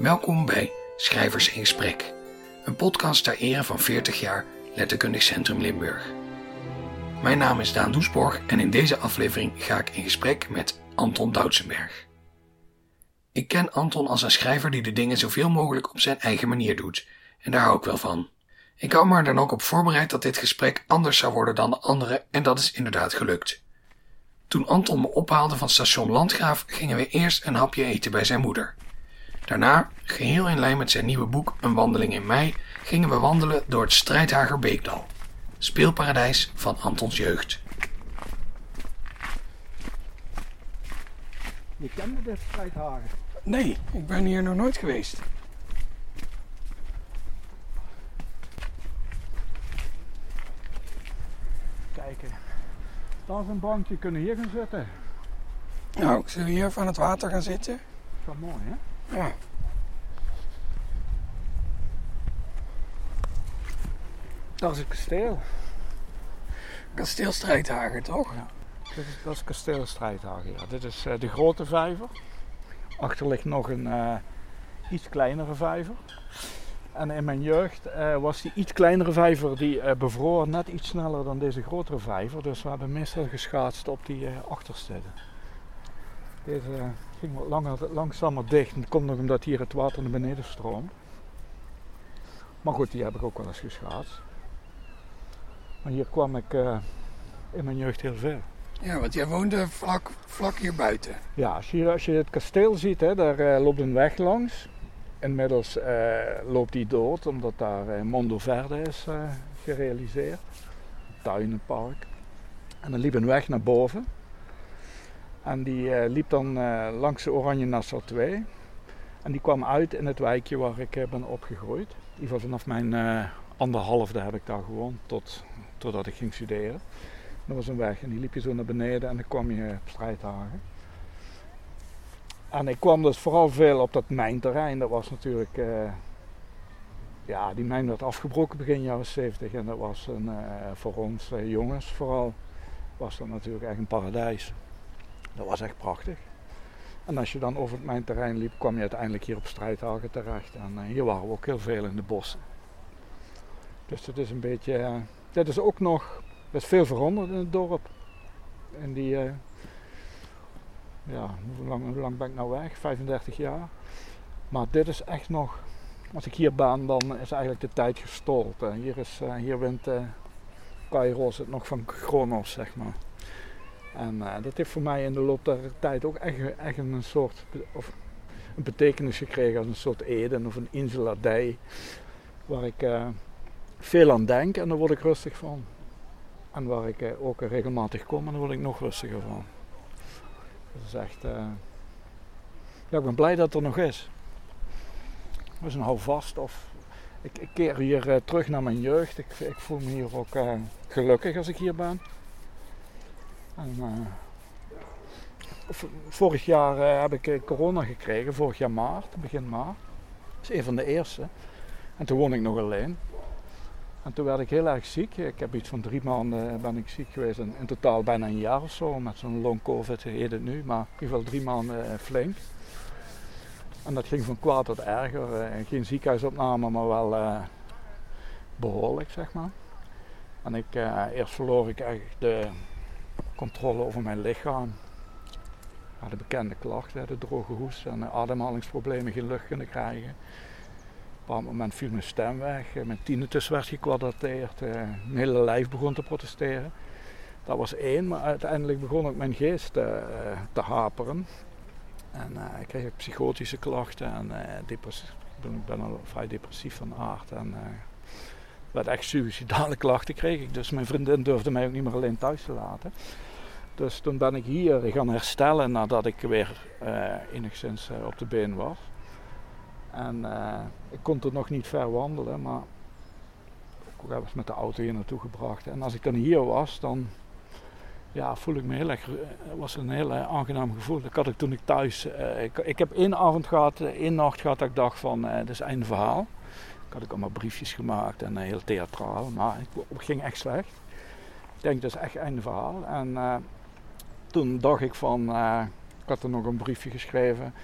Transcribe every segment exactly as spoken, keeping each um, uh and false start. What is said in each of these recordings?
Welkom bij Schrijvers in Gesprek, een podcast ter ere van veertig jaar Letterkundig Centrum Limburg. Mijn naam is Daan Doesborg en in deze aflevering ga ik in gesprek met Anton Doutsenberg. Ik ken Anton als een schrijver die de dingen zoveel mogelijk op zijn eigen manier doet en daar hou ik wel van. Ik hou me er dan ook op voorbereid dat dit gesprek anders zou worden dan de andere en dat is inderdaad gelukt. Toen Anton me ophaalde van station Landgraaf gingen we eerst een hapje eten bij zijn moeder. Daarna, geheel in lijn met zijn nieuwe boek Een wandeling in mei, gingen we wandelen door het Strijdhager Beekdal, speelparadijs van Antons jeugd. Je kende dit Strijdhager? Nee, ik ben hier nog nooit geweest. Kijken, daar is een bankje, kunnen hier gaan zitten. Nou, zullen we hier even aan het water gaan zitten? Dat is wel mooi, hè? Ja. Dat is het kasteel. Kasteel Strijdhager, toch? Ja. Dit is, dat is kasteel Strijdhager, ja. Dit is uh, de grote vijver. Achter ligt nog een uh, iets kleinere vijver. En in mijn jeugd uh, was die iets kleinere vijver, die uh, bevroor net iets sneller dan deze grotere vijver. Dus we hebben meestal geschaatst op die uh, achterste. Deze uh, ging wat langer, langzamer dicht. En dat komt nog omdat hier het water naar beneden stroomt. Maar goed, die heb ik ook wel eens geschaatst. Maar hier kwam ik uh, in mijn jeugd heel veel. Ja, want jij woonde vlak, vlak hier buiten. Ja, als je, als je het kasteel ziet, hè, daar uh, loopt een weg langs. Inmiddels uh, loopt die dood, omdat daar uh, Mondo Verde is uh, gerealiseerd. Een tuin, een park. En dan liep een weg naar boven. En die uh, liep dan uh, langs de Oranje Nassau twee. En die kwam uit in het wijkje waar ik uh, ben opgegroeid. In ieder geval vanaf mijn uh, anderhalfde heb ik daar gewoond, tot, totdat ik ging studeren. Dat was een weg en die liep je zo naar beneden en dan kwam je op Strijdhager. En ik kwam dus vooral veel op dat mijnterrein. Dat was natuurlijk, uh, ja, die mijn werd afgebroken begin jaren zeventig. En dat was een, uh, voor ons uh, jongens vooral, was dat natuurlijk echt een paradijs. Dat was echt prachtig. En als je dan over het mijnterrein liep, kwam je uiteindelijk hier op Strijdhager terecht. En uh, hier waren we ook heel veel in de bossen. Dus het is een beetje, uh, dit is ook nog, er is veel veranderd in het dorp. En die, uh, ja, hoe lang, hoe lang ben ik nou weg? vijfendertig jaar. Maar dit is echt nog, als ik hier ben, dan is eigenlijk de tijd gestold. Uh, hier, is, uh, hier wint uh, Kairos het nog van Chronos, zeg maar. En uh, dat heeft voor mij in de loop der tijd ook echt, echt een soort, of een betekenis gekregen als een soort Eden of een Insula Dei. Waar ik uh, veel aan denk en daar word ik rustig van. En waar ik uh, ook regelmatig kom en daar word ik nog rustiger van. Dat is echt, uh, ja, ik ben blij dat het er nog is. Dus een houvast of, ik, ik keer hier uh, terug naar mijn jeugd. Ik, ik voel me hier ook uh, gelukkig als ik hier ben. En, uh, vorig jaar uh, heb ik uh, corona gekregen, vorig jaar maart, begin maart. Dat is een van de eerste. En toen woon ik nog alleen. En toen werd ik heel erg ziek. Ik heb iets van drie maanden ben ik ziek geweest. En in totaal bijna een jaar of zo, met zo'n long covid heet het nu. Maar in ieder geval drie maanden uh, flink. En dat ging van kwaad tot erger. Uh, geen ziekenhuisopname, maar wel uh, behoorlijk, zeg maar. En ik, uh, eerst verloor ik eigenlijk de controle over mijn lichaam. Ja, de bekende klachten, de droge hoest en ademhalingsproblemen, geen lucht kunnen krijgen. Op een bepaald moment viel mijn stem weg, mijn tinnitus werd gekwadrateerd, mijn hele lijf begon te protesteren. Dat was één, maar uiteindelijk begon ook mijn geest uh, te haperen. En uh, ik kreeg psychotische klachten en uh, depressief, ik ben al vrij depressief van aard. En, uh, werd echt suïcidale klachten kreeg ik, dus mijn vriendin durfde mij ook niet meer alleen thuis te laten. Dus toen ben ik hier gaan herstellen nadat ik weer uh, enigszins uh, op de been was. En uh, ik kon er nog niet ver wandelen, maar ik heb eens met de auto hier naartoe gebracht. En als ik dan hier was, dan ja, voel ik me heel erg, was een heel uh, aangenaam gevoel. Dat had ik toen ik thuis, uh, ik, ik heb één avond gehad, één nacht gehad dat ik dacht van, uh, dit is einde verhaal. Ik had ook allemaal briefjes gemaakt en uh, heel theatraal, maar het ging echt slecht. Ik denk, dat is echt einde verhaal. En uh, toen dacht ik van, uh, ik had er nog een briefje geschreven.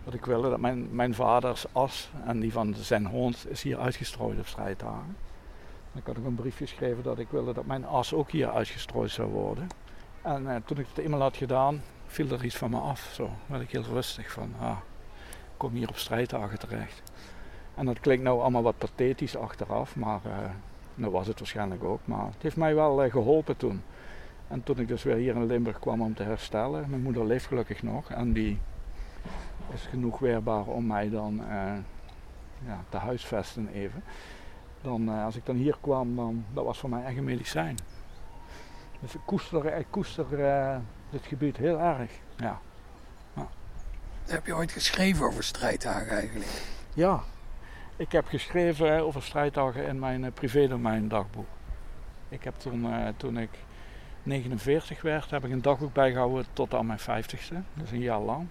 Dat ik wilde dat mijn, mijn vaders as en die van zijn hond is hier uitgestrooid op Strijdhagen. Ik had ook een briefje geschreven dat ik wilde dat mijn as ook hier uitgestrooid zou worden. En uh, toen ik het eenmaal had gedaan, viel er iets van me af. Zo werd ik heel rustig van, ah, ik kom hier op Strijdhagen terecht. En dat klinkt nou allemaal wat pathetisch achteraf, maar uh, dat was het waarschijnlijk ook. Maar het heeft mij wel uh, geholpen toen. En toen ik dus weer hier in Limburg kwam om te herstellen, mijn moeder leeft gelukkig nog en die is genoeg weerbaar om mij dan uh, ja, te huisvesten even. Dan, uh, als ik dan hier kwam, dan, dat was voor mij echt een medicijn. Dus ik koester, ik koester uh, dit gebied heel erg. Ja. Ja. Heb je ooit geschreven over Strijdhagen eigenlijk? Ja, ik heb geschreven over Strijdhagen in mijn uh, privédomein dagboek. Ik heb toen, uh, toen ik negenenveertig werd, heb ik een dagboek bijgehouden tot aan mijn vijftigste. Dus een jaar lang.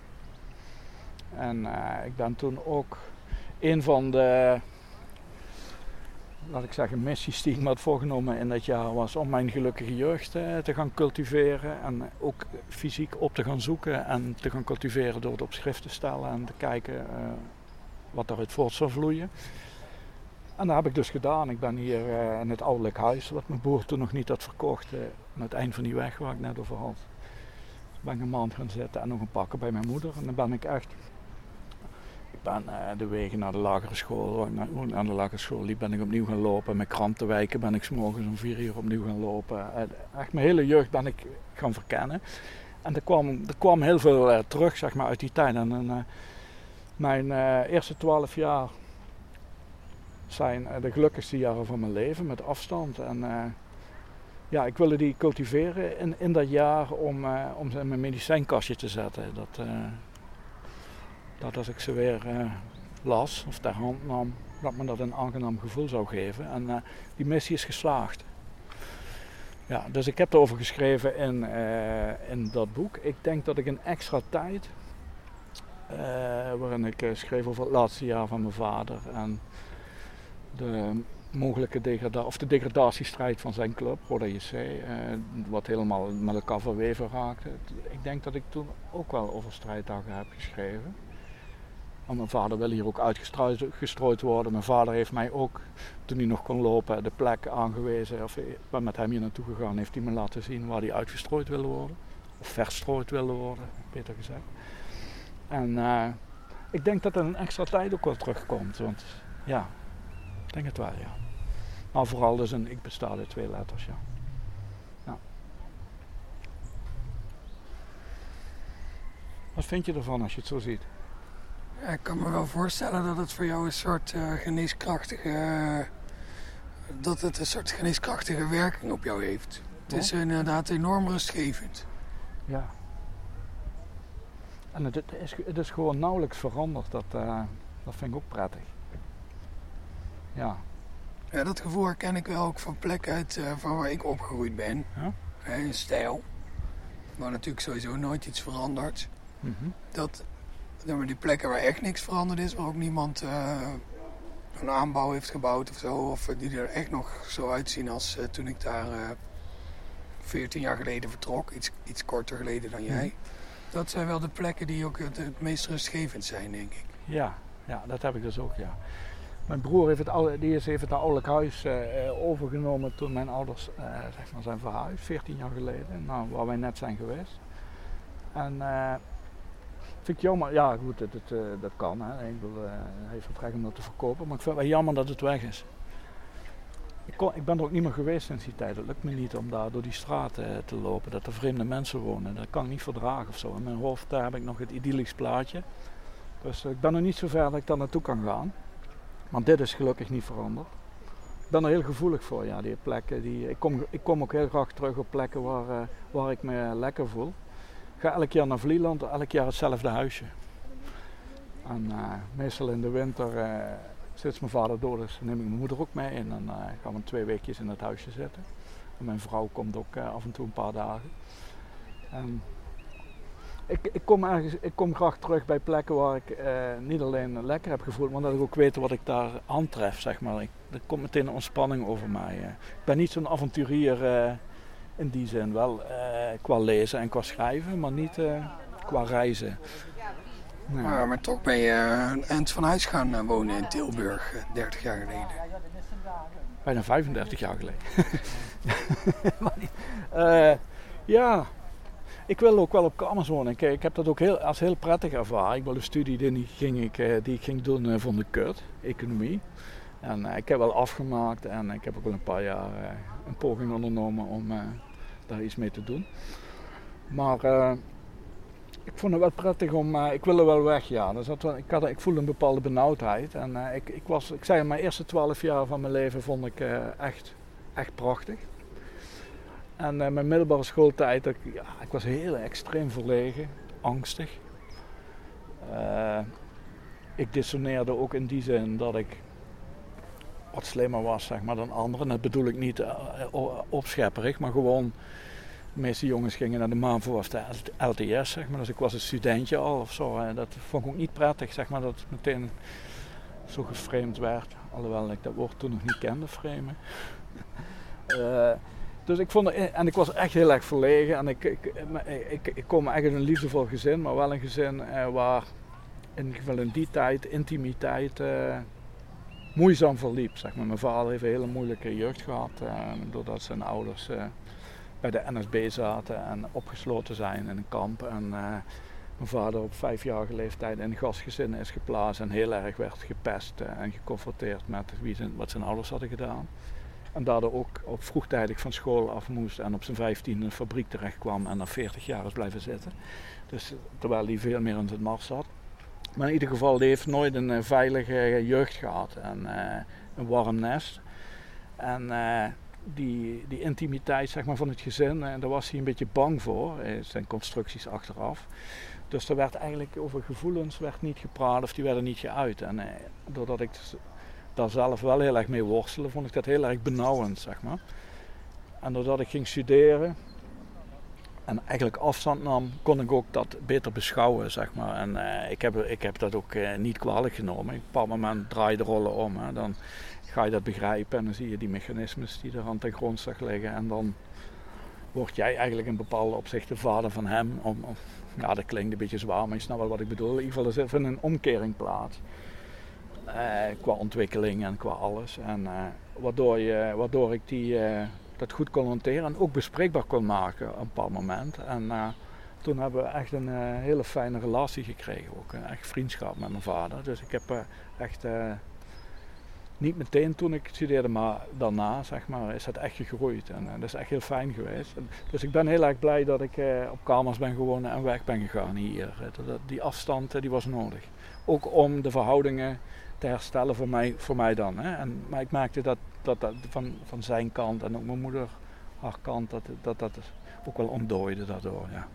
En uh, ik ben toen ook een van de, laat ik zeggen, missies die ik me had voorgenomen in dat jaar was om mijn gelukkige jeugd uh, te gaan cultiveren. En ook fysiek op te gaan zoeken en te gaan cultiveren door het op schrift te stellen en te kijken uh, wat daaruit voort zou vloeien. En dat heb ik dus gedaan. Ik ben hier uh, in het ouderlijk huis, wat mijn broer toen nog niet had verkocht, uh, aan het eind van die weg waar ik net over had. Dus ben ik een maand gaan zitten en nog een pakken bij mijn moeder. En dan ben ik echt, ik ben uh, de wegen naar de lagere school, waar ik naar, naar de lagere school liep, ben ik opnieuw gaan lopen. Met krantenwijken ben ik 's morgens om vier uur opnieuw gaan lopen. Uh, echt mijn hele jeugd ben ik gaan verkennen. En er kwam, er kwam heel veel uh, terug, zeg maar, uit die tijd. En uh, mijn uh, eerste twaalf jaar zijn de gelukkigste jaren van mijn leven met afstand. En uh, ja, ik wilde die cultiveren in, in dat jaar om, uh, om ze in mijn medicijnkastje te zetten. Dat, uh, dat als ik ze weer uh, las of ter hand nam, dat me dat een aangenaam gevoel zou geven. En uh, die missie is geslaagd. Ja, dus ik heb erover geschreven in, uh, in dat boek. Ik denk dat ik een extra tijd, uh, waarin ik uh, schreef over het laatste jaar van mijn vader en de mogelijke degradatie, of de degradatiestrijd van zijn club, Roda J C, uh, wat helemaal met elkaar verweven raakte. Ik denk dat ik toen ook wel over Strijdhagen heb geschreven. En mijn vader wil hier ook uitgestrooid worden. Mijn vader heeft mij ook, toen hij nog kon lopen, de plek aangewezen. Of ik ben met hem hier naartoe gegaan, heeft hij me laten zien waar hij uitgestrooid wilde worden. Of verstrooid wilde worden, beter gezegd. En uh, ik denk dat er een extra tijd ook wel terugkomt, want ja, ik denk het wel, ja. Maar vooral dus een ik besta uit twee letters, ja. ja. Wat vind je ervan als je het zo ziet? Ja, ik kan me wel voorstellen dat het voor jou een soort uh, geneeskrachtige, uh, dat het een soort geneeskrachtige werking op jou heeft. Het is inderdaad enorm rustgevend. Ja. En het, het, is, het is gewoon nauwelijks veranderd, dat, uh, dat vind ik ook prettig. Ja. Ja, dat gevoel herken ik wel ook van plekken uit uh, van waar ik opgegroeid ben. Ja? In Stijl. Waar natuurlijk sowieso nooit iets verandert. Mm-hmm. Dat, dat die plekken waar echt niks veranderd is, waar ook niemand uh, een aanbouw heeft gebouwd of zo. Of uh, die er echt nog zo uitzien als uh, toen ik daar uh, veertien jaar geleden vertrok. Iets, iets korter geleden dan jij. Mm. Dat zijn wel de plekken die ook het, het meest rustgevend zijn, denk ik. Ja, ja, dat heb ik dus ook, ja. Mijn broer heeft het, oude, die is, heeft het ouderlijk huis uh, overgenomen toen mijn ouders uh, zeg maar zijn verhuisd, veertien jaar geleden, nou, waar wij net zijn geweest. En uh, vind ik jammer, ja goed, het, het, uh, dat kan, hè. Ik wil, uh, hij heeft het recht om dat te verkopen, maar ik vind het wel jammer dat het weg is. Ik, kon, ik ben er ook niet meer geweest sinds die tijd, het lukt me niet om daar door die straten uh, te lopen, dat er vreemde mensen wonen, dat kan ik niet verdragen of zo. In mijn hoofd daar heb ik nog het idyllisch plaatje, dus uh, ik ben nog niet zo ver dat ik daar naartoe kan gaan. Maar dit is gelukkig niet veranderd. Ik ben er heel gevoelig voor, ja, die plekken. Die, ik, kom, ik kom ook heel graag terug op plekken waar, uh, waar ik me lekker voel. Ik ga elk jaar naar Vlieland, elk jaar hetzelfde huisje. En uh, meestal in de winter, uh, sinds mijn vader dood is, neem ik mijn moeder ook mee. En dan uh, gaan we twee weekjes in het huisje zitten. En mijn vrouw komt ook uh, af en toe een paar dagen. En Ik, ik, kom ergens, ik kom graag terug bij plekken waar ik uh, niet alleen lekker heb gevoeld, maar dat ik ook weet wat ik daar aantref, zeg maar. Ik, er komt meteen een ontspanning over mij. Uh. Ik ben niet zo'n avonturier uh, in die zin, wel uh, qua lezen en qua schrijven, maar niet uh, qua reizen. Ja. Maar, maar toch ben je een eind van huis gaan uh, wonen in Tilburg, uh, dertig jaar geleden. Bijna vijfendertig jaar geleden. uh, ja, ik wil ook wel op kamers wonen. Kijk, ik heb dat ook heel, als heel prettig ervaren. Ik wil een studie die, ging ik, uh, die ik ging doen uh, vond ik kut, economie. En uh, ik heb wel afgemaakt en ik heb ook wel een paar jaar uh, een poging ondernomen om uh, daar iets mee te doen. Maar uh, ik vond het wel prettig om, uh, ik wilde wel weg, ja. Dus dat wel, ik, had, ik voelde een bepaalde benauwdheid. En uh, ik, ik, was, ik zei, in mijn eerste twaalf jaar van mijn leven vond ik uh, echt, echt prachtig. En uh, mijn middelbare schooltijd, ik, ja, ik was heel extreem verlegen, angstig. Uh, ik dissoneerde ook in die zin dat ik wat slimmer was, zeg maar, dan anderen. Dat bedoel ik niet uh, opschepperig, maar gewoon... De meeste jongens gingen naar de MAVO of de L T S, zeg maar. Dus ik was een studentje al of zo. En dat vond ik ook niet prettig, zeg maar, dat het meteen zo geframed werd. Alhoewel ik dat woord toen nog niet kende, framen. uh, dus ik vond het, en ik was echt heel erg verlegen. En ik, ik, ik, ik kom echt uit een liefdevol gezin, maar wel een gezin uh, waar in ieder geval in die tijd intimiteit uh, moeizaam verliep, zeg maar. Mijn vader heeft een hele moeilijke jeugd gehad, uh, doordat zijn ouders... Uh, bij de N S B zaten en opgesloten zijn in een kamp. En uh, mijn vader op vijfjarige leeftijd in een gastgezin is geplaatst en heel erg werd gepest uh, en geconfronteerd met wie zijn, wat zijn ouders hadden gedaan. En daardoor ook op vroegtijdig van school af moest en op zijn vijftien in een fabriek terecht kwam en na veertig jaar is blijven zitten. Dus terwijl hij veel meer in zijn mars zat. Maar in ieder geval, die heeft nooit een uh, veilige jeugd gehad en uh, een warm nest. En... Uh, Die, die intimiteit, zeg maar, van het gezin, en daar was hij een beetje bang voor, zijn constructies achteraf. Dus er werd eigenlijk over gevoelens werd niet gepraat of die werden niet geuit. En eh, doordat ik daar zelf wel heel erg mee worstelde, vond ik dat heel erg benauwend, zeg maar. En doordat ik ging studeren en eigenlijk afstand nam, kon ik ook dat beter beschouwen, zeg maar. En eh, ik, heb, ik heb dat ook eh, niet kwalijk genomen. Op een bepaald moment draai je de rollen om, hè. Dan ga je dat begrijpen en dan zie je die mechanismes die er aan ten grondslag liggen. En dan word jij eigenlijk in bepaalde opzichten vader van hem. Om, om, ja, dat klinkt een beetje zwaar, maar je snapt wel wat ik bedoel. In ieder geval, er vindt een omkering plaats. Uh, qua ontwikkeling en qua alles. En uh, waardoor, je, waardoor ik die, uh, dat goed kon hanteren en ook bespreekbaar kon maken op een bepaald moment. En uh, toen hebben we echt een uh, hele fijne relatie gekregen. Ook uh, echt vriendschap met mijn vader. Dus ik heb uh, echt... Uh, Niet meteen toen ik studeerde, maar daarna, zeg maar, is dat echt gegroeid. En, en dat is echt heel fijn geweest. En, dus ik ben heel erg blij dat ik eh, op kamers ben gewoond en weg ben gegaan hier. Dat, dat, die afstand die was nodig. Ook om de verhoudingen te herstellen voor mij, voor mij dan. Hè. En, maar ik merkte dat, dat, dat van, van zijn kant en ook mijn moeder, haar kant, dat dat, dat ook wel ontdooide daardoor. Ja.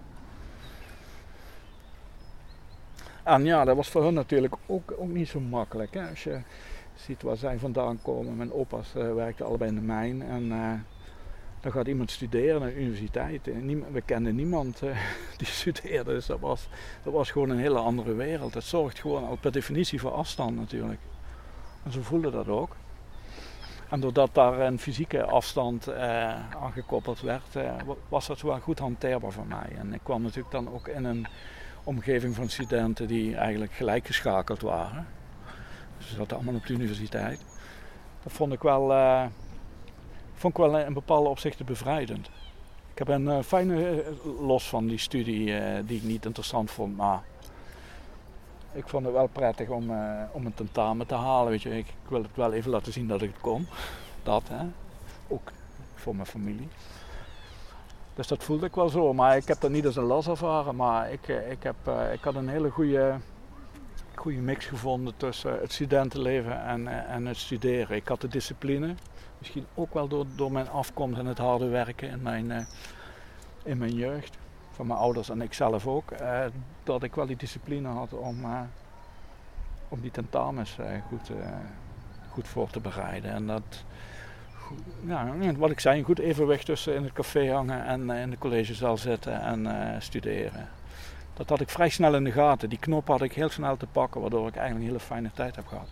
En ja, dat was voor hun natuurlijk ook, ook niet zo makkelijk. Hè. Als je ziet waar zij vandaan komen. Mijn opa's uh, werkten allebei in de mijn. En uh, dan gaat iemand studeren naar de universiteit. En niemand, we kenden niemand uh, die studeerde. Dus dat was, dat was gewoon een hele andere wereld. Dat zorgt gewoon al per definitie voor afstand natuurlijk. En zo voelde dat ook. En doordat daar een fysieke afstand uh, aangekoppeld werd, uh, was dat wel goed hanteerbaar voor mij. En ik kwam natuurlijk dan ook in een omgeving van studenten die eigenlijk gelijkgeschakeld waren. Ze zaten allemaal op de universiteit. Dat vond ik wel, uh, vond ik wel in bepaalde opzichten bevrijdend. Ik heb een uh, fijne, uh, los van die studie uh, die ik niet interessant vond, maar ik vond het wel prettig om, uh, om een tentamen te halen. Weet je. Ik, ik wil het wel even laten zien dat ik het kon. Dat, hè. Ook voor mijn familie. Dus dat voelde ik wel zo, maar ik heb dat niet als een last ervaren. Maar ik, ik, heb, uh, ik had een hele goede... goede mix gevonden tussen het studentenleven en, uh, en het studeren. Ik had de discipline, misschien ook wel door, door mijn afkomst en het harde werken in mijn, uh, in mijn jeugd, van mijn ouders en ik zelf ook, uh, dat ik wel die discipline had om, uh, om die tentamens uh, goed, uh, goed voor te bereiden. En dat, ja, wat ik zei, een goed evenwicht tussen in het café hangen en uh, in de collegezaal zitten en uh, studeren. Dat had ik vrij snel in de gaten. Die knop had ik heel snel te pakken, waardoor ik eigenlijk een hele fijne tijd heb gehad.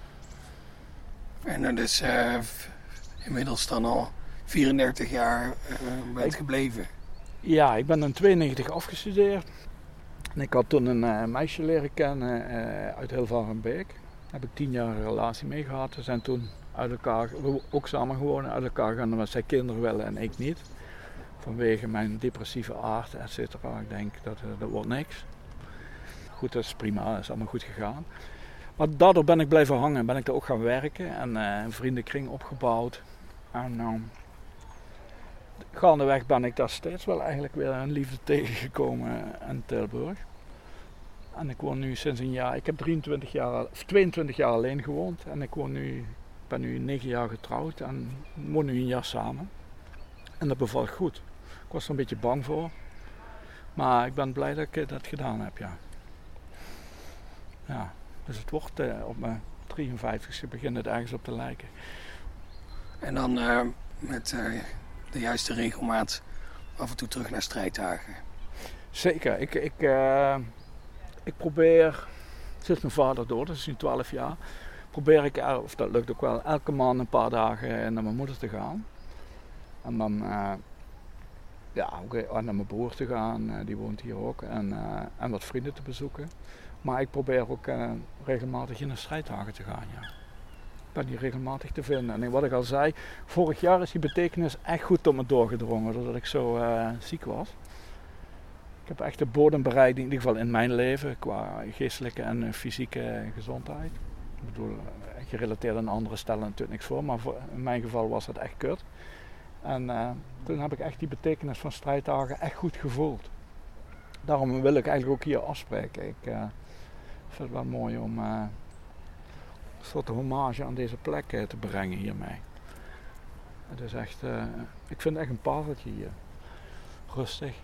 En dat is uh, inmiddels dan al vierendertig jaar uh, bent ik, gebleven. Ja, ik ben in tweeënnegentig afgestudeerd. En ik had toen een uh, meisje leren kennen uh, uit Hilvarenbeek. Daar heb ik tien jaar een relatie mee gehad. We zijn toen uit elkaar, ook samen gewoond, uit elkaar gaan omdat zij kinderen willen en ik niet. Vanwege mijn depressieve aard, et cetera. Ik denk dat uh, dat wordt niks. Goed, dat is prima, dat is allemaal goed gegaan. Maar daardoor ben ik blijven hangen, ben ik daar ook gaan werken en uh, een vriendenkring opgebouwd. En uh, gaandeweg ben ik daar steeds wel eigenlijk weer een liefde tegengekomen in Tilburg. En ik woon nu sinds een jaar, ik heb drieëntwintig jaar, of tweeëntwintig jaar alleen gewoond en ik woon nu, ben nu negen jaar getrouwd en woon nu een jaar samen. En dat bevalt goed. Ik was er een beetje bang voor, maar ik ben blij dat ik dat gedaan heb, ja. Ja, dus het wordt uh, op mijn drieënvijftigste begint het ergens op te lijken. En dan uh, met uh, de juiste regelmaat af en toe terug naar Strijdhagen. Zeker. Ik, ik, uh, ik probeer, sinds mijn vader dood, dat is nu twaalf jaar, probeer ik, of dat lukt ook wel, elke maand een paar dagen naar mijn moeder te gaan. En dan uh, ja, ook naar mijn broer te gaan, uh, die woont hier ook, en, uh, en wat vrienden te bezoeken. Maar ik probeer ook uh, regelmatig in een Strijdhagen te gaan, ja. Ik ben hier regelmatig te vinden. En wat ik al zei, vorig jaar is die betekenis echt goed tot me doorgedrongen, doordat ik zo uh, ziek was. Ik heb echt de bodem bereikt, in ieder geval in mijn leven, qua geestelijke en uh, fysieke gezondheid. Ik bedoel, uh, gerelateerd aan andere stellen natuurlijk niks voor, maar voor, in mijn geval was het echt kut. En uh, toen heb ik echt die betekenis van Strijdhagen echt goed gevoeld. Daarom wil ik eigenlijk ook hier afspreken. Ik uh, vind het wel mooi om uh, een soort hommage aan deze plek uh, te brengen hiermee. Het is echt, uh, ik vind het echt een pareltje hier. Rustig.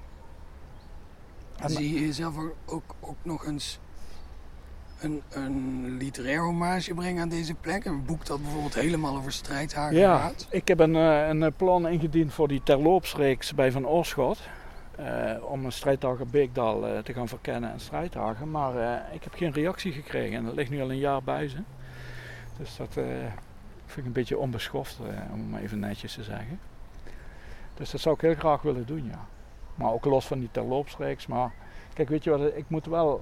En zie je jezelf ook, ook nog eens een, een literair hommage brengen aan deze plek? Een boek dat bijvoorbeeld helemaal over Strijdhagen ja, gaat? Ik heb een, een plan ingediend voor die terloopsreeks bij Van Oorschot. Uh, om een Strijdhagen Beekdal uh, te gaan verkennen en Strijdhagen. Maar uh, ik heb geen reactie gekregen en dat ligt nu al een jaar bij ze. Dus dat uh, vind ik een beetje onbeschoft, uh, om het maar even netjes te zeggen. Dus dat zou ik heel graag willen doen, ja. Maar ook los van die terloopsreeks. Maar kijk, weet je wat, ik moet wel...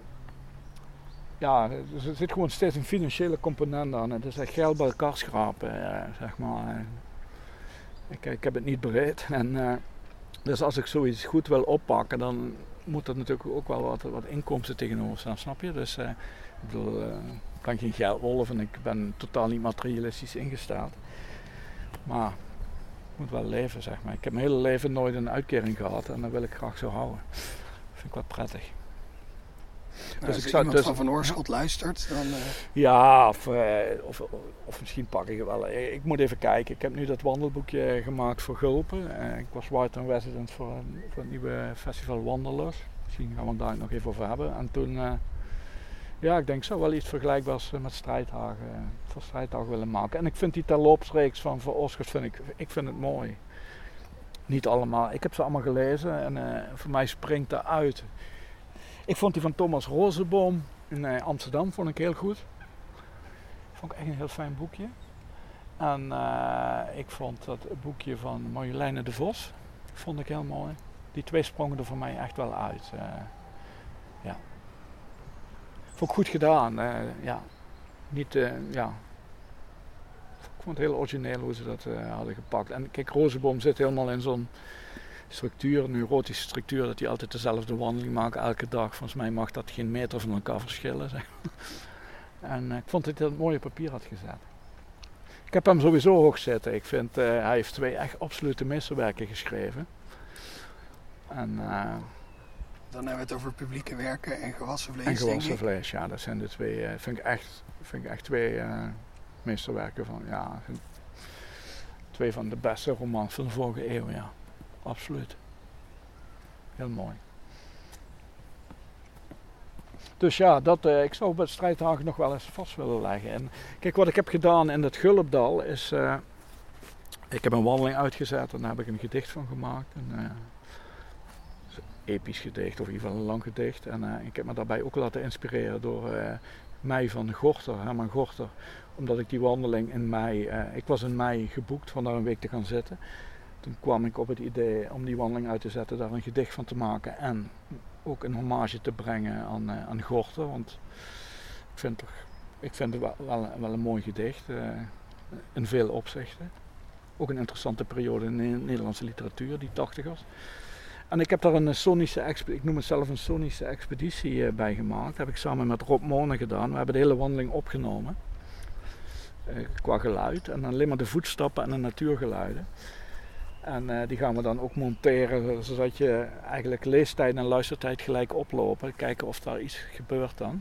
Ja, er zit gewoon steeds een financiële component aan. Het is echt geld bij elkaar schrapen, uh, zeg maar. Ik, ik heb het niet bereid. En, uh, dus als ik zoiets goed wil oppakken, dan moet er natuurlijk ook wel wat, wat inkomsten tegenover staan, snap je? Dus uh, ik bedoel, uh, ik ben geen geldwolf en ik ben totaal niet materialistisch ingesteld. Maar ik moet wel leven, zeg maar. Ik heb mijn hele leven nooit een uitkering gehad en dat wil ik graag zo houden. Dat vind ik wel prettig. Nou, dus als ik zou, iemand dus, van Van Oorschot luistert, dan... Uh... Ja, of, uh, of, of misschien pak ik het wel. Ik, ik moet even kijken. Ik heb nu dat wandelboekje gemaakt voor Gulpen. Uh, ik was White Resident voor, een, voor het nieuwe festival Wanderlust. Misschien gaan we het daar nog even over hebben. En toen, uh, ja, ik denk zo wel iets vergelijkbaars met Strijdhagen, uh, voor Strijdhagen willen maken. En ik vind die terloopsreeks van Van Oorschot, vind ik, ik vind het mooi. Niet allemaal. Ik heb ze allemaal gelezen en uh, voor mij springt er uit. Ik vond die van Thomas Rozenboom in uh, Amsterdam vond ik heel goed. Vond ik echt een heel fijn boekje. En uh, ik vond dat boekje van Marjoleine de Vos vond ik heel mooi. Die twee sprongen er voor mij echt wel uit. Uh, ja. Vond ik goed gedaan. Uh, ja. Niet, uh, ja. Ik vond het heel origineel hoe ze dat uh, hadden gepakt. En kijk, Rozenboom zit helemaal in zo'n structuur, een neurotische structuur, dat die altijd dezelfde wandeling maken elke dag. Volgens mij mag dat geen meter van elkaar verschillen. Zeg. En uh, ik vond dat hij dat mooi op papier had gezet. Ik heb hem sowieso hoog zitten. Ik vind, uh, hij heeft twee echt absolute meesterwerken geschreven. En, uh, Dan hebben we het over publieke werken en gewassen vlees. En gewassen vlees, ja, dat zijn de twee. Uh, vind ik echt, vind ik echt twee uh, meesterwerken van, ja, twee van de beste romans van de vorige eeuw, ja. Absoluut. Heel mooi. Dus ja, dat, uh, ik zou bij Strijdhagen nog wel eens vast willen leggen. En kijk, wat ik heb gedaan in het Gulpdal is... Uh, ik heb een wandeling uitgezet en daar heb ik een gedicht van gemaakt. Een uh, episch gedicht, of in ieder geval een lang gedicht. En uh, ik heb me daarbij ook laten inspireren door uh, mei van Gorter, Herman Gorter. Omdat ik die wandeling in mei... Uh, ik was in mei geboekt om daar een week te gaan zitten. Toen kwam ik op het idee om die wandeling uit te zetten, daar een gedicht van te maken en ook een hommage te brengen aan, uh, aan Gorter. Want ik vind, toch, ik vind het wel, wel, wel een mooi gedicht. Uh, in veel opzichten. Ook een interessante periode in de Nederlandse literatuur, die tachtigers. En ik heb daar een sonische, ik noem het zelf een sonische expeditie uh, bij gemaakt. Dat heb ik samen met Rob Moorne gedaan. We hebben de hele wandeling opgenomen. Uh, qua geluid. En alleen maar de voetstappen en de natuurgeluiden. En uh, die gaan we dan ook monteren, zodat je eigenlijk leestijd en luistertijd gelijk oplopen. Kijken of daar iets gebeurt dan.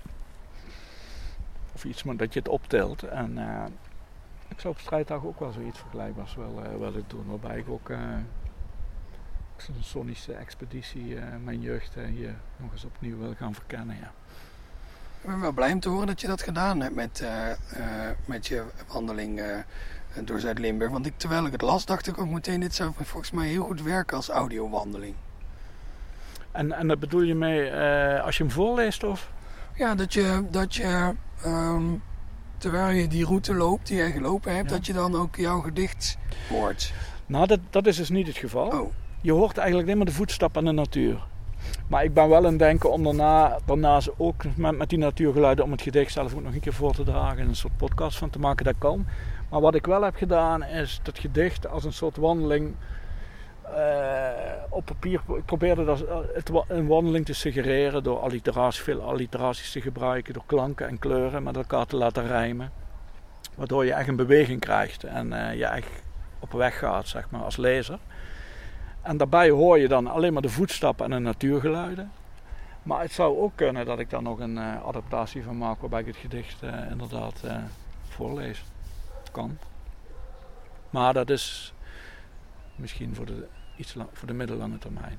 Of iets, maar dat je het optelt. En uh, ik zou op strijddag ook wel zoiets vergelijkbaars wel uh, willen doen. Waarbij ik ook uh, zo'n sonische expeditie uh, mijn jeugd uh, hier nog eens opnieuw wil gaan verkennen. Ja. Ik ben wel blij om te horen dat je dat gedaan hebt met, uh, uh, met je wandeling uh, door Zuid-Limburg. Want ik, terwijl ik het las, dacht ik ook meteen, dit zou volgens mij heel goed werken als audiowandeling. En, en dat bedoel je mee uh, als je hem voorleest of? Ja, dat je, dat je um, terwijl je die route loopt die jij gelopen hebt, ja. dat je dan ook jouw gedicht hoort. Nou, dat, dat is dus niet het geval. Oh. Je hoort eigenlijk alleen maar de voetstappen en de natuur. Maar ik ben wel aan het denken om daarna, daarnaast ook met, met die natuurgeluiden om het gedicht zelf ook nog een keer voor te dragen en een soort podcast van te maken, dat kan. Maar wat ik wel heb gedaan is het gedicht als een soort wandeling uh, op papier. Ik probeerde dat, het, een wandeling te suggereren door alliteratie, veel alliteraties te gebruiken, door klanken en kleuren met elkaar te laten rijmen. Waardoor je echt een beweging krijgt en uh, je echt op weg gaat, zeg maar, als lezer. En daarbij hoor je dan alleen maar de voetstappen en de natuurgeluiden. Maar het zou ook kunnen dat ik daar nog een uh, adaptatie van maak waarbij ik het gedicht uh, inderdaad uh, voorlees. Kan. Maar dat is misschien voor de, iets lang, voor de middellange termijn.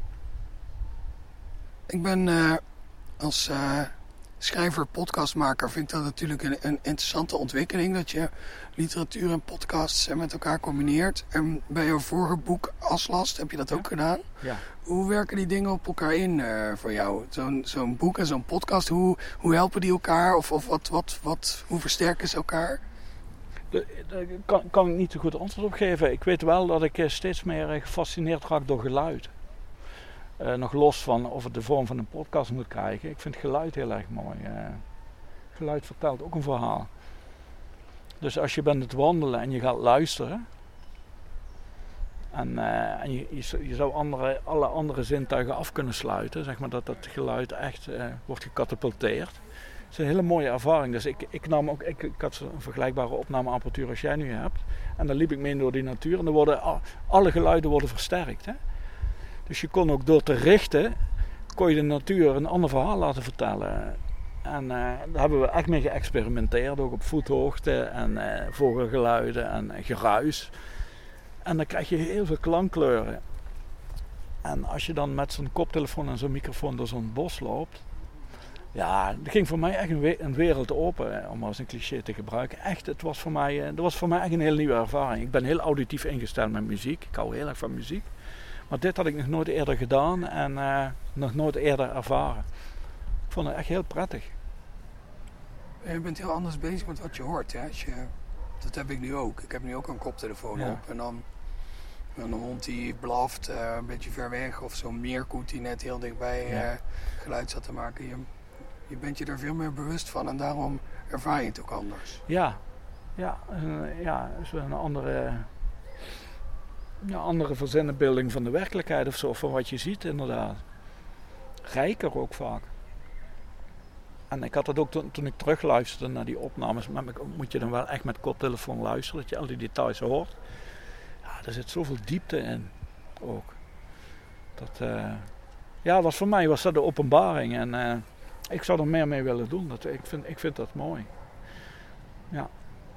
Ik ben uh, als uh, schrijver, podcastmaker, vind ik dat natuurlijk een, een interessante ontwikkeling. Dat je literatuur en podcasts met elkaar combineert. En bij jouw vorige boek Aslast heb je dat ja. ook gedaan. Ja. Hoe werken die dingen op elkaar in uh, voor jou? Zo'n, zo'n boek en zo'n podcast, hoe, hoe helpen die elkaar? Of, of wat, wat, wat, hoe versterken ze elkaar? Daar kan, kan ik niet zo goed antwoord op geven. Ik weet wel dat ik steeds meer gefascineerd raak door geluid. Uh, nog los van of het de vorm van een podcast moet krijgen. Ik vind geluid heel erg mooi. Uh, geluid vertelt ook een verhaal. Dus als je bent het wandelen en je gaat luisteren. En, uh, en je, je, je zou andere, alle andere zintuigen af kunnen sluiten. Zeg maar dat dat geluid echt uh, wordt gecatapulteerd. Het is een hele mooie ervaring. Dus ik, ik, nam ook, ik, ik had een vergelijkbare opnameapparatuur als jij nu hebt. En dan liep ik mee door die natuur. En dan worden al, alle geluiden worden versterkt. Hè? Dus je kon ook door te richten, kon je de natuur een ander verhaal laten vertellen. En uh, daar hebben we echt mee geëxperimenteerd. Ook op voethoogte en uh, vogelgeluiden en uh, geruis. En dan krijg je heel veel klankkleuren. En als je dan met zo'n koptelefoon en zo'n microfoon door zo'n bos loopt. Ja, dat ging voor mij echt een, we- een wereld open, om als een cliché te gebruiken. Echt, het was voor mij, dat was voor mij echt een heel nieuwe ervaring. Ik ben heel auditief ingesteld met muziek. Ik hou heel erg van muziek. Maar dit had ik nog nooit eerder gedaan en uh, nog nooit eerder ervaren. Ik vond het echt heel prettig. Je bent heel anders bezig met wat je hoort. Hè? Als je, dat heb ik nu ook. Ik heb nu ook een koptelefoon ja. op. En dan een hond die blaft uh, een beetje ver weg. Of zo'n meerkoet die net heel dichtbij ja. uh, geluid zat te maken. Je, je bent je er veel meer bewust van. En daarom ervaar je het ook anders. Ja, ja, uh, ja zo een andere... Ja, andere verzinnenbeelding van de werkelijkheid of zo, van wat je ziet inderdaad. Rijker ook vaak. En ik had dat ook toen, toen ik terugluisterde naar die opnames, maar moet je dan wel echt met koptelefoon luisteren, dat je al die details hoort. Ja, er zit zoveel diepte in ook. Dat, uh, ja, was voor mij was dat de openbaring en uh, ik zou er meer mee willen doen. Dat, ik, vind, ik vind dat mooi. Ja.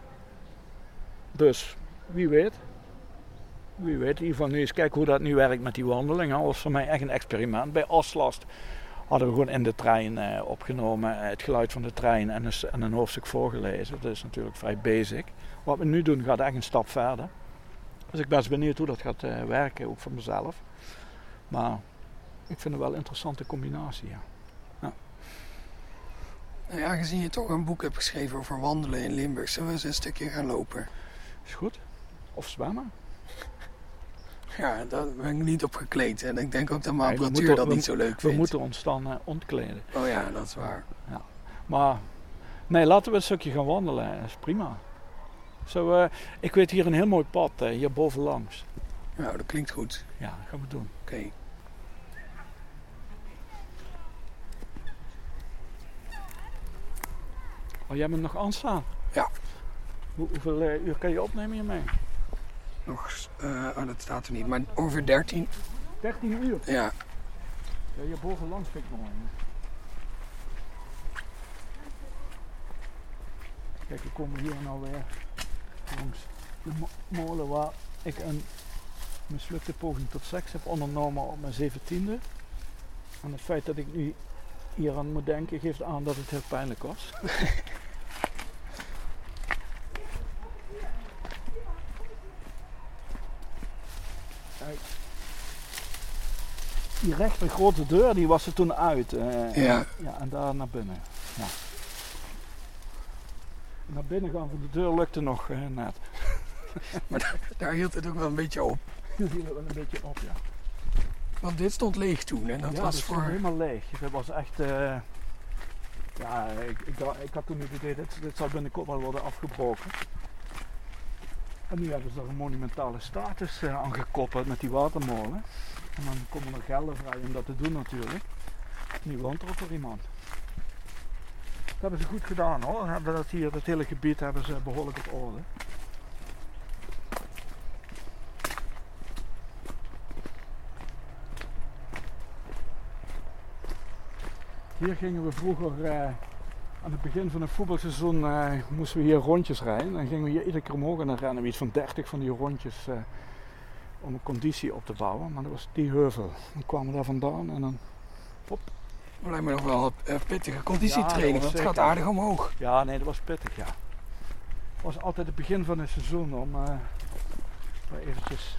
Dus, wie weet. Wie weet, in ieder geval nu eens kijken hoe dat nu werkt met die wandeling. Dat was voor mij echt een experiment. Bij Aslast hadden we gewoon in de trein uh, opgenomen het geluid van de trein en een, en een hoofdstuk voorgelezen. Dat is natuurlijk vrij basic. Wat we nu doen gaat echt een stap verder. Dus ik ben benieuwd hoe dat gaat uh, werken, ook voor mezelf. Maar ik vind het wel een interessante combinatie, ja. Ja. Nou ja, aangezien je toch een boek hebt geschreven over wandelen in Limburg, zullen we eens een stukje gaan lopen? Is goed. Of zwemmen. Ja, daar ben ik niet op gekleed. En ik denk ook dat mijn Nee, we apparatuur moeten- dat we- niet zo leuk We vindt. moeten ons dan uh, ontkleden. Oh ja, dat is waar. Ja. Maar nee, laten we een stukje gaan wandelen. Dat is prima. Zo, uh, ik weet hier een heel mooi pad, uh, hier bovenlangs. Nou, dat klinkt goed. Ja, dat gaan we doen. Oké. Okay. Oh, jij bent nog aanstaan? Ja. Hoe, hoeveel uh, uur kan je opnemen hiermee? Nog, uh, oh, dat staat er niet, maar ongeveer dertien. dertien uur? Ja. Ja, hier bovenlangs vind ik mooi. Kijk, we komen hier nou weer langs de mo- molen waar ik een mislukte poging tot seks heb ondernomen op mijn zeventiende. En het feit dat ik nu hier aan moet denken geeft aan dat het heel pijnlijk was. Kijk. Die rechter grote deur die was er toen uit. Uh, ja. ja. En daar naar binnen. Ja. Naar binnen gaan van de deur lukte nog uh, net. Maar daar, daar hield het ook wel een beetje op. Daar hield het wel een beetje op, ja. Want dit stond leeg toen en dat ja, was dat voor... stond helemaal leeg. Dat was echt... Uh, ja, ik, ik, ik had toen het idee, dit, dit zal binnenkort wel worden afgebroken. En nu hebben ze er een monumentale status uh, aan gekoppeld met die watermolen. En dan komen er gelden vrij om dat te doen natuurlijk. Nu woont er ook weer iemand. Dat hebben ze goed gedaan hoor. Hebben dat hier, het hele gebied hebben ze behoorlijk op orde. Hier gingen we vroeger, uh, aan het begin van het voetbalseizoen, uh, moesten we hier rondjes rijden. Dan gingen we hier iedere keer omhoog en dan rennen we iets van dertig van die rondjes uh, om een conditie op te bouwen. Maar dat was die heuvel. Dan kwamen we daar vandaan en dan, hop. Dat lijkt me nog wel een uh, pittige conditietraining, ja, want het gaat aardig omhoog. Ja, nee, dat was pittig, ja. Het was altijd het begin van het seizoen om uh, eventjes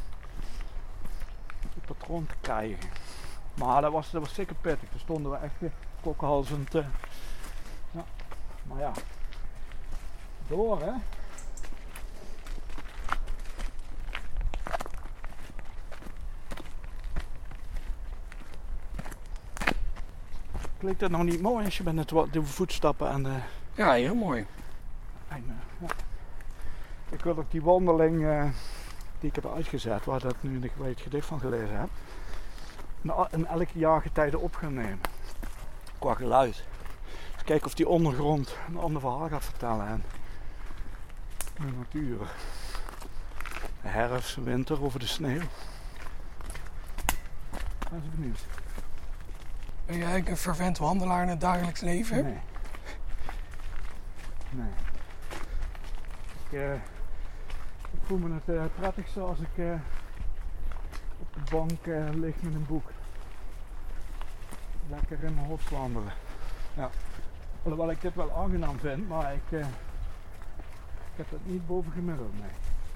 het patroon te krijgen. Maar dat was, dat was zeker pittig. Daar stonden we echt kokhalzend. Uh, ja. Maar ja, door hè. Klinkt dat nou niet mooi als je bent net wat de voetstappen aan de... Ja, heel mooi. En, uh, ja. Ik wil ook die wandeling uh, die ik heb uitgezet, waar, dat nu, waar je het gedicht van gelezen hebt, in elk jaargetijde op gaan nemen. Qua geluid. Dus kijken of die ondergrond een ander verhaal gaat vertellen. En de natuur. De herfst, winter, over de sneeuw. Ik ben benieuwd. Ben jij eigenlijk een fervent wandelaar in het dagelijks leven? Nee. Nee. Ik, uh, ik voel me het uh, prettig zoals ik uh, op de bank uh, lig met een boek. Lekker in mijn hoofd wandelen. Ja. Alhoewel ik dit wel aangenaam vind, maar ik, uh, ik heb het niet boven gemiddeld mee.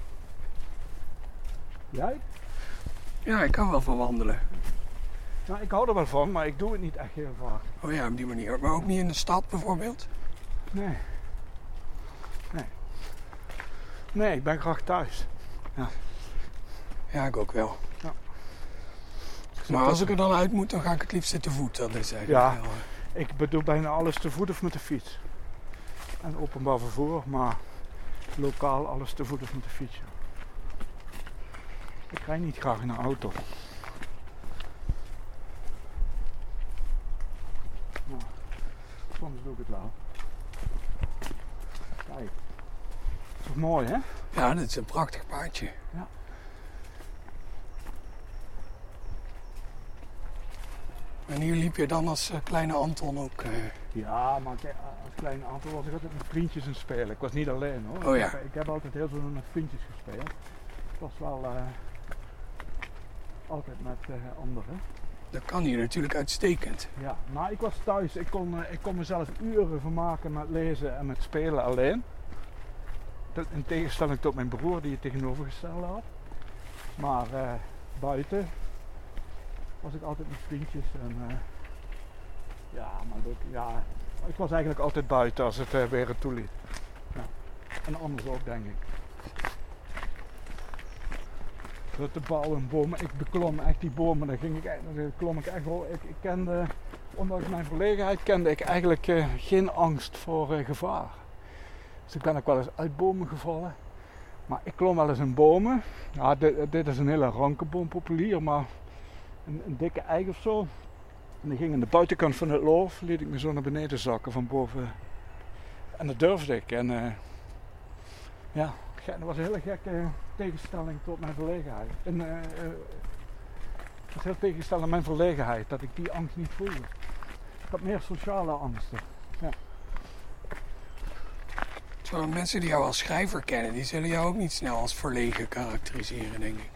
Jij? Ja, ik kan wel van wandelen. Nou, ik hou er wel van, maar ik doe het niet echt heel vaak. Oh ja, op die manier. Maar ook niet in de stad bijvoorbeeld? Nee. Nee. Nee, ik ben graag thuis. Ja. Ja, ik ook wel. Ja. Maar als ik er dan uit moet, dan ga ik het liefst te voet. Dat is eigenlijk ja, wel... Ik bedoel bijna alles te voet of met de fiets. En openbaar vervoer, maar lokaal alles te voet of met de fiets. Ik rijd niet graag in een auto. Nou, soms doe ik het wel. Kijk. Dat is toch mooi, hè? Ja, dit is een prachtig paadje. Ja. En hier liep je dan als uh, kleine Anton ook? Uh... Ja, maar als kleine Anton was ik altijd met vriendjes aan het spelen. Ik was niet alleen hoor. Oh ja. Ik heb, ik heb altijd heel veel met vriendjes gespeeld. Het was wel uh, altijd met uh, anderen. Dat kan hier natuurlijk uitstekend. Ja, maar ik was thuis. Ik kon, uh, ik kon mezelf uren vermaken met lezen en met spelen alleen. In tegenstelling tot mijn broer die het tegenovergestelde had. Maar uh, buiten was ik altijd met vriendjes en uh, ja, maar dat, ja, ik was eigenlijk altijd buiten als het uh, weer het toeliet. Ja. En anders ook, denk ik. hutten bouwen, bomen. Ik beklom echt die bomen, daar ging ik, daar klom ik echt wel. Ik, ik kende, ondanks mijn verlegenheid, kende ik eigenlijk uh, geen angst voor uh, gevaar. Dus ik ben ook wel eens uit bomen gevallen. Maar ik klom wel eens in bomen. Ja, dit, dit is een hele ranke boom, populier, maar een, een dikke eik of zo. En die ging aan de buitenkant van het loof, liet ik me zo naar beneden zakken van boven. En dat durfde ik. En uh, ja, dat was een hele gekke tegenstelling tot mijn verlegenheid. En, uh, uh, het was heel tegenstellend aan mijn verlegenheid, dat ik die angst niet voelde. Ik had meer sociale angsten. Ja. Terwijl mensen die jou als schrijver kennen, die zullen jou ook niet snel als verlegen karakteriseren, denk ik.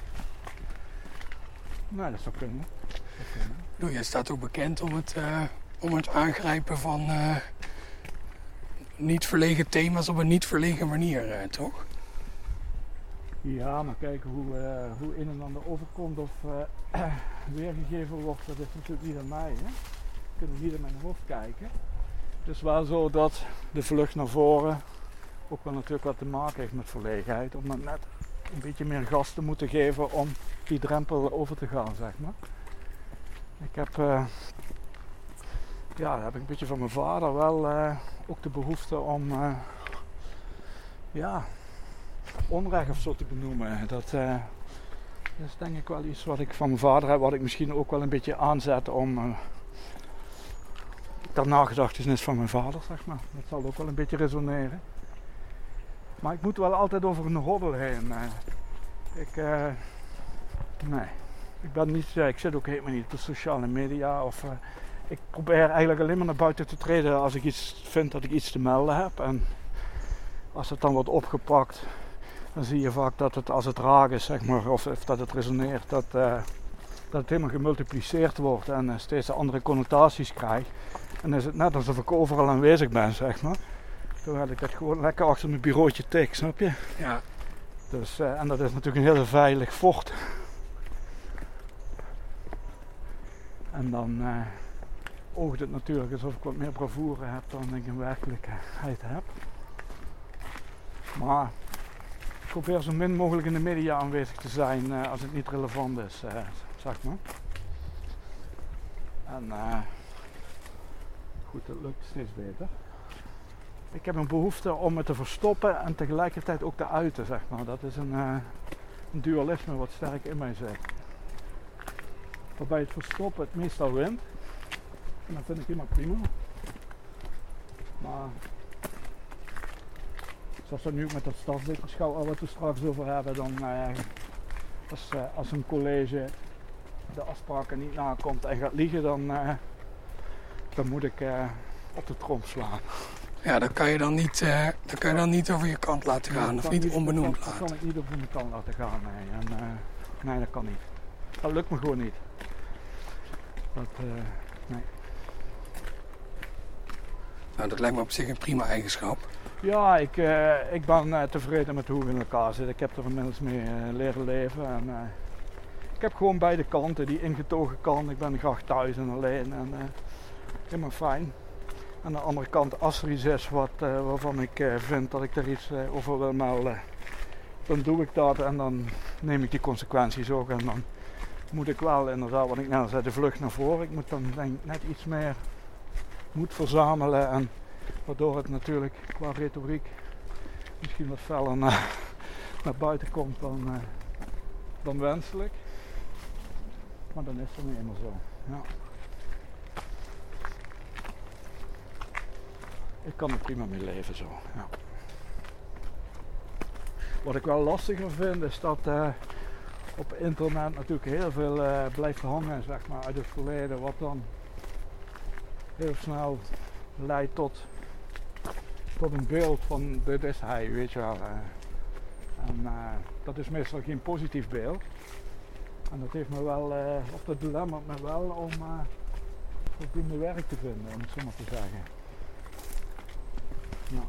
Nee, dat zou kunnen. Dat kunnen. Doe, je staat ook bekend om het, uh, om het aangrijpen van uh, niet verlegen thema's op een niet verlegen manier, uh, toch? Ja, maar kijken hoe, uh, hoe een en ander overkomt of uh, weergegeven wordt, dat is natuurlijk niet aan mij. Hè? We kunnen niet in mijn hoofd kijken. Het is wel zo dat de vlucht naar voren ook wel natuurlijk wat te maken heeft met verlegenheid. Om dan net een beetje meer gas te moeten geven om die drempel over te gaan, zeg maar. Ik heb, uh, ja, dat heb ik een beetje van mijn vader wel uh, ook de behoefte om, uh, ja, onrecht of zo te benoemen. Dat, uh, dat is denk ik wel iets wat ik van mijn vader heb, wat ik misschien ook wel een beetje aanzet om uh, ter nagedachtenis van mijn vader, zeg maar. Dat zal ook wel een beetje resoneren. Maar ik moet wel altijd over een hobbel heen. Uh, ik, uh, nee, ik ben niet, uh, ik zit ook helemaal niet op de sociale media of uh, ik probeer eigenlijk alleen maar naar buiten te treden als ik iets vind dat ik iets te melden heb. En als het dan wordt opgepakt, dan zie je vaak dat het als het raak is, zeg maar, of, of dat het resoneert, dat, uh, dat het helemaal gemultipliceerd wordt en uh, steeds andere connotaties krijgt. En dan is het net alsof ik overal aanwezig ben, zeg maar. Terwijl ik dat gewoon lekker achter mijn bureautje tik, snap je? Ja. Dus, uh, en dat is natuurlijk een heel veilig fort. En dan uh, oogt het natuurlijk alsof ik wat meer bravoure heb dan ik in werkelijkheid heb. Maar ik probeer zo min mogelijk in de media aanwezig te zijn uh, als het niet relevant is, uh, zeg maar. En uh, goed, dat lukt steeds beter. Ik heb een behoefte om het te verstoppen en tegelijkertijd ook te uiten, zeg maar. Dat is een, uh, een dualisme wat sterk in mij zit. Waarbij het verstoppen het meestal wint. En dat vind ik helemaal prima. Maar zoals we nu ook met dat stadsdekkerschap al wat we straks over hebben, dan uh, als, uh, als een college de afspraken niet nakomt en gaat liegen, dan, uh, dan moet ik uh, op de trom slaan. Ja, dat kan je dan niet, uh, dat kan je dan niet over je kant laten gaan, nee, of niet, niet onbenoemd dat kan, laten. Dat kan ik niet over mijn kant laten gaan, nee. En, uh, nee, dat kan niet. Dat lukt me gewoon niet. Dat, uh, nee. Nou, dat lijkt me op zich een prima eigenschap. Ja, ik, uh, ik ben uh, tevreden met hoe we in elkaar zitten. Ik heb er inmiddels mee uh, leren leven. En, uh, ik heb gewoon beide kanten, die ingetogen kant. Ik ben graag thuis en alleen en uh, helemaal fijn. Aan de andere kant, als er iets is wat, uh, waarvan ik uh, vind dat ik er iets uh, over wil melden, dan doe ik dat en dan neem ik die consequenties ook. En dan moet ik wel inderdaad, wat ik net al zei, de vlucht naar voren. Ik moet dan denk ik net iets meer moed verzamelen. En waardoor het natuurlijk qua retoriek misschien wat feller naar, naar buiten komt dan, uh, dan wenselijk. Maar dan is het nu eenmaal zo. Ja. Ik kan er prima mee leven zo. Ja. Wat ik wel lastiger vind is dat uh, op internet natuurlijk heel veel uh, blijft hangen, zeg maar, uit het verleden, wat dan heel snel leidt tot, tot een beeld van dit is hij, weet je wel. Uh, en uh, dat is meestal geen positief beeld. En dat heeft me wel, uh, of dat belemmert me wel om uh, voldoende werk te vinden, om het zo maar te zeggen. Ja.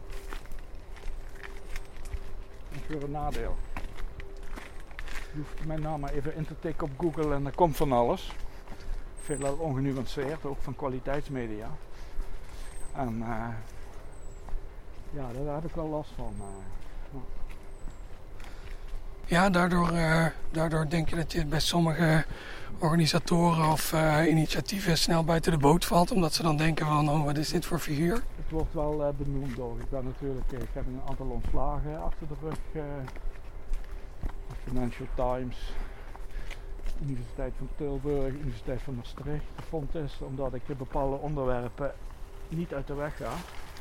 Dat is weer een nadeel. Je hoeft mijn naam maar even in te tikken op Google en er komt van alles. Veelal ongenuanceerd, ook van kwaliteitsmedia. En uh, ja, daar heb ik wel last van. Uh, ja. Ja, daardoor, uh, daardoor denk je dat je bij sommige organisatoren of uh, initiatieven snel buiten de boot valt. Omdat ze dan denken van, oh, wat is dit voor figuur? Het wordt wel uh, benoemd door. Ik ben natuurlijk, ik heb een aantal ontslagen achter de rug. Uh, Financial Times, Universiteit van Tilburg, Universiteit van Maastricht. De vond is omdat ik bepaalde onderwerpen niet uit de weg ga.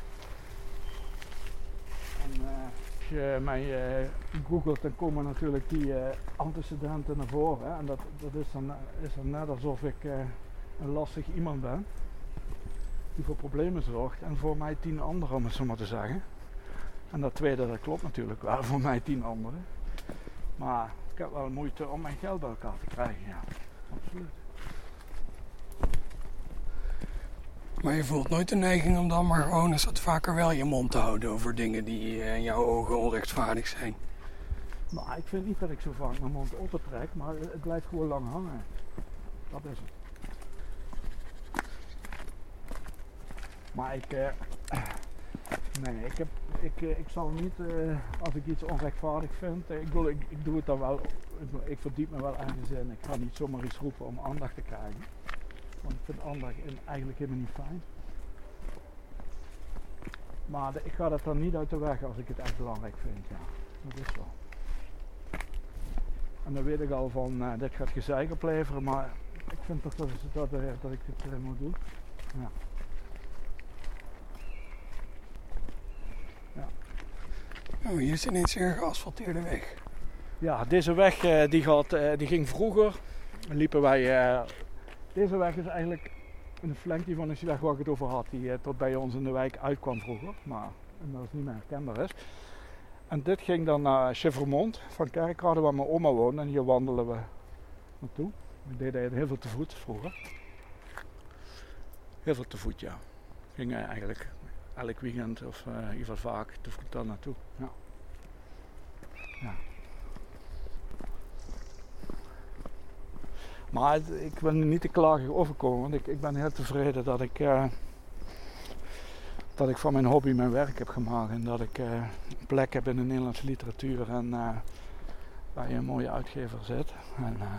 En, uh, als je mij uh, googelt, dan komen natuurlijk die uh, antecedenten naar voren. Hè? En dat, dat is, dan, is dan net alsof ik uh, een lastig iemand ben die voor problemen zorgt en voor mij tien anderen, om het zo maar te zeggen. En dat tweede, dat klopt natuurlijk wel, voor mij tien anderen. Maar ik heb wel moeite om mijn geld bij elkaar te krijgen, ja, absoluut. Maar je voelt nooit de neiging om dan maar gewoon eens wat vaker wel je mond te houden over dingen die in jouw ogen onrechtvaardig zijn? Nou, ik vind niet dat ik zo vaak mijn mond opentrek, maar het blijft gewoon lang hangen. Dat is het. Maar ik, uh, nee, ik, heb, ik, uh, ik zal niet, uh, als ik iets onrechtvaardig vind, uh, ik, bedoel, ik, ik doe het dan wel, ik, ik verdiep me wel ergens in. Ik ga niet zomaar iets roepen om aandacht te krijgen. Want ik vind aandacht eigenlijk helemaal niet fijn. Maar de, ik ga dat dan niet uit de weg als ik het echt belangrijk vind, ja. Dat is zo. En dan weet ik al van, uh, dit gaat gezeik opleveren, maar ik vind toch dat, dat, uh, dat ik dit uh, moet doen. Ja. Ja. Oh, hier is ineens een geasfalteerde weg. Ja, deze weg uh, die, gaat, uh, die ging vroeger, liepen wij, uh, deze weg is eigenlijk een flankje van de weg waar ik het over had, die uh, tot bij ons in de wijk uitkwam vroeger, maar inmiddels niet meer herkenbaar is. En dit ging dan naar Chevrolemont van Kerkrade, waar mijn oma woonde, en hier wandelen we naartoe. We deden heel veel te voet vroeger. Heel veel te voet, ja. Gingen eigenlijk elk weekend of uh, in ieder geval vaak te voet daar naartoe. Ja. Ja. Maar het, ik wil niet te klagen overkomen, want ik, ik ben heel tevreden dat ik, uh, dat ik van mijn hobby mijn werk heb gemaakt. En dat ik uh, een plek heb in de Nederlandse literatuur en uh, waar je een mooie uitgever zit. En, uh,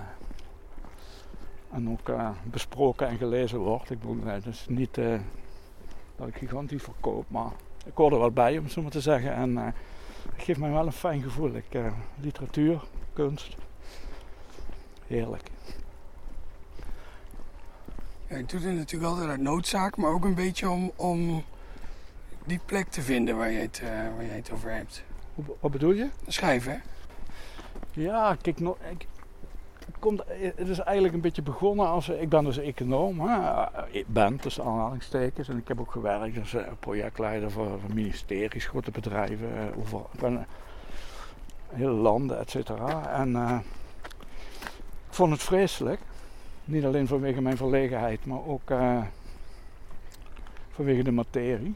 en ook uh, besproken en gelezen wordt. Ik bedoel, het is niet uh, dat ik gigantisch verkoop, maar ik hoor er wel bij, om het zo maar te zeggen. En uh, het geeft mij wel een fijn gevoel. Ik, uh, literatuur, kunst, heerlijk. Ja, je doet het natuurlijk altijd uit noodzaak, maar ook een beetje om, om die plek te vinden waar je het, uh, waar je het over hebt. Wat bedoel je? Schrijven, hè? Ja, kijk, no, ik, komt, het is eigenlijk een beetje begonnen als, ik ben dus econoom, hè? Ik ben tussen aanhalingstekens en ik heb ook gewerkt als projectleider voor, voor ministeries, grote bedrijven, over, ik ben, hele landen, et cetera. En uh, ik vond het vreselijk. Niet alleen vanwege mijn verlegenheid, maar ook uh, vanwege de materie.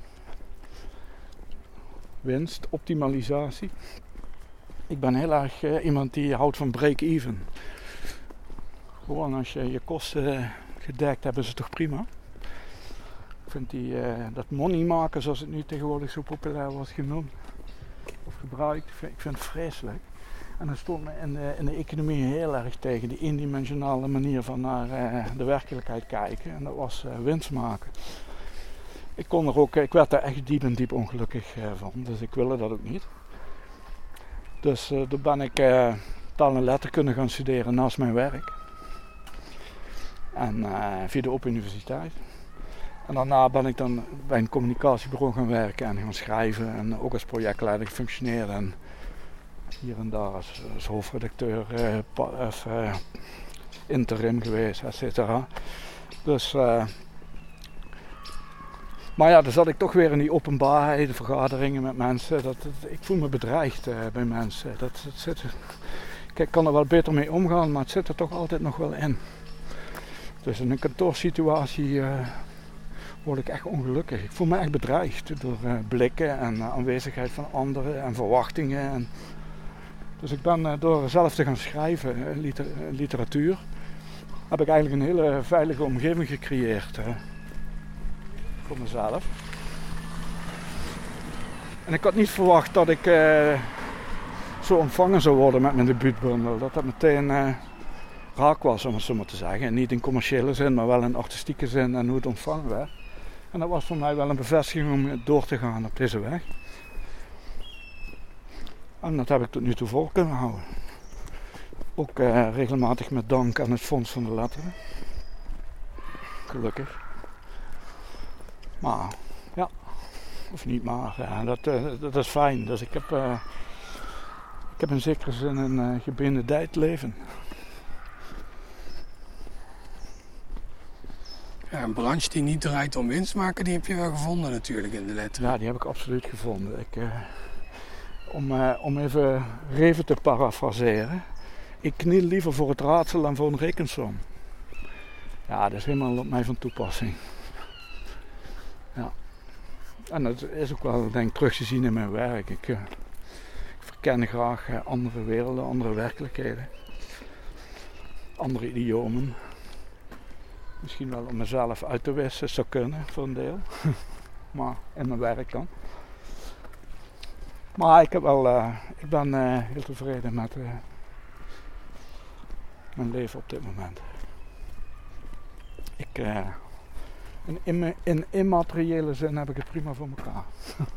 Winst, optimalisatie. Ik ben heel erg uh, iemand die houdt van break-even. Gewoon als je je kosten gedekt hebt, is het toch prima. Ik vind die, uh, dat money maken, zoals het nu tegenwoordig zo populair wordt genoemd, of gebruikt, ik vind het vreselijk. En dat stond me in de, in de economie heel erg tegen, die eendimensionale manier van naar uh, de werkelijkheid kijken. En dat was uh, winst maken. Ik kon er ook, ik werd daar echt diep en diep ongelukkig uh, van, dus ik wilde dat ook niet. Dus uh, toen ben ik uh, taal en letterkunde gaan studeren naast mijn werk. En uh, via de Open Universiteit. En daarna ben ik dan bij een communicatiebureau gaan werken en gaan schrijven. En ook als projectleider gefunctioneerd. En hier en daar als, als hoofdredacteur, uh, of uh, interim geweest, et cetera. Dus, uh, maar ja, dan zat ik toch weer in die openbaarheid, de vergaderingen met mensen. Dat, dat, ik voel me bedreigd uh, bij mensen. Dat, dat zit, kijk, ik kan er wel beter mee omgaan, maar het zit er toch altijd nog wel in. Dus in een kantoorsituatie uh, word ik echt ongelukkig. Ik voel me echt bedreigd door uh, blikken en uh, aanwezigheid van anderen en verwachtingen. En dus ik ben uh, door zelf te gaan schrijven, uh, liter, uh, literatuur, heb ik eigenlijk een hele veilige omgeving gecreëerd uh, voor mezelf. En ik had niet verwacht dat ik uh, zo ontvangen zou worden met mijn debuutbundel. Dat dat meteen uh, raak was, om het zo maar te zeggen. En niet in commerciële zin, maar wel in artistieke zin en hoe het ontvangen werd. En dat was voor mij wel een bevestiging om door te gaan op deze weg. En dat heb ik tot nu toe vol kunnen houden. Ook uh, regelmatig met dank aan het Fonds van de Letteren. Gelukkig. Maar, ja. Of niet maar. Ja, dat, uh, dat is fijn. Dus ik heb, uh, ik heb in zekere zin een uh, gebenedijd leven. Ja, een branche die niet draait om winst maken, die heb je wel gevonden natuurlijk in de letteren. Ja, die heb ik absoluut gevonden. Ik, uh, om, uh, om even Reven te parafraseren. Ik kniel liever voor het raadsel dan voor een rekensom. Ja, dat is helemaal op mij van toepassing. Ja. En dat is ook wel, denk ik, terug te zien in mijn werk. Ik, uh, ik verken graag uh, andere werelden, andere werkelijkheden. Andere idiomen. Misschien wel om mezelf uit te wissen, zou kunnen, voor een deel. Maar in mijn werk dan. Maar ik, heb wel, uh, ik ben uh, heel tevreden met uh, mijn leven op dit moment. Ik, uh, in, in, in immateriële zin heb ik het prima voor elkaar.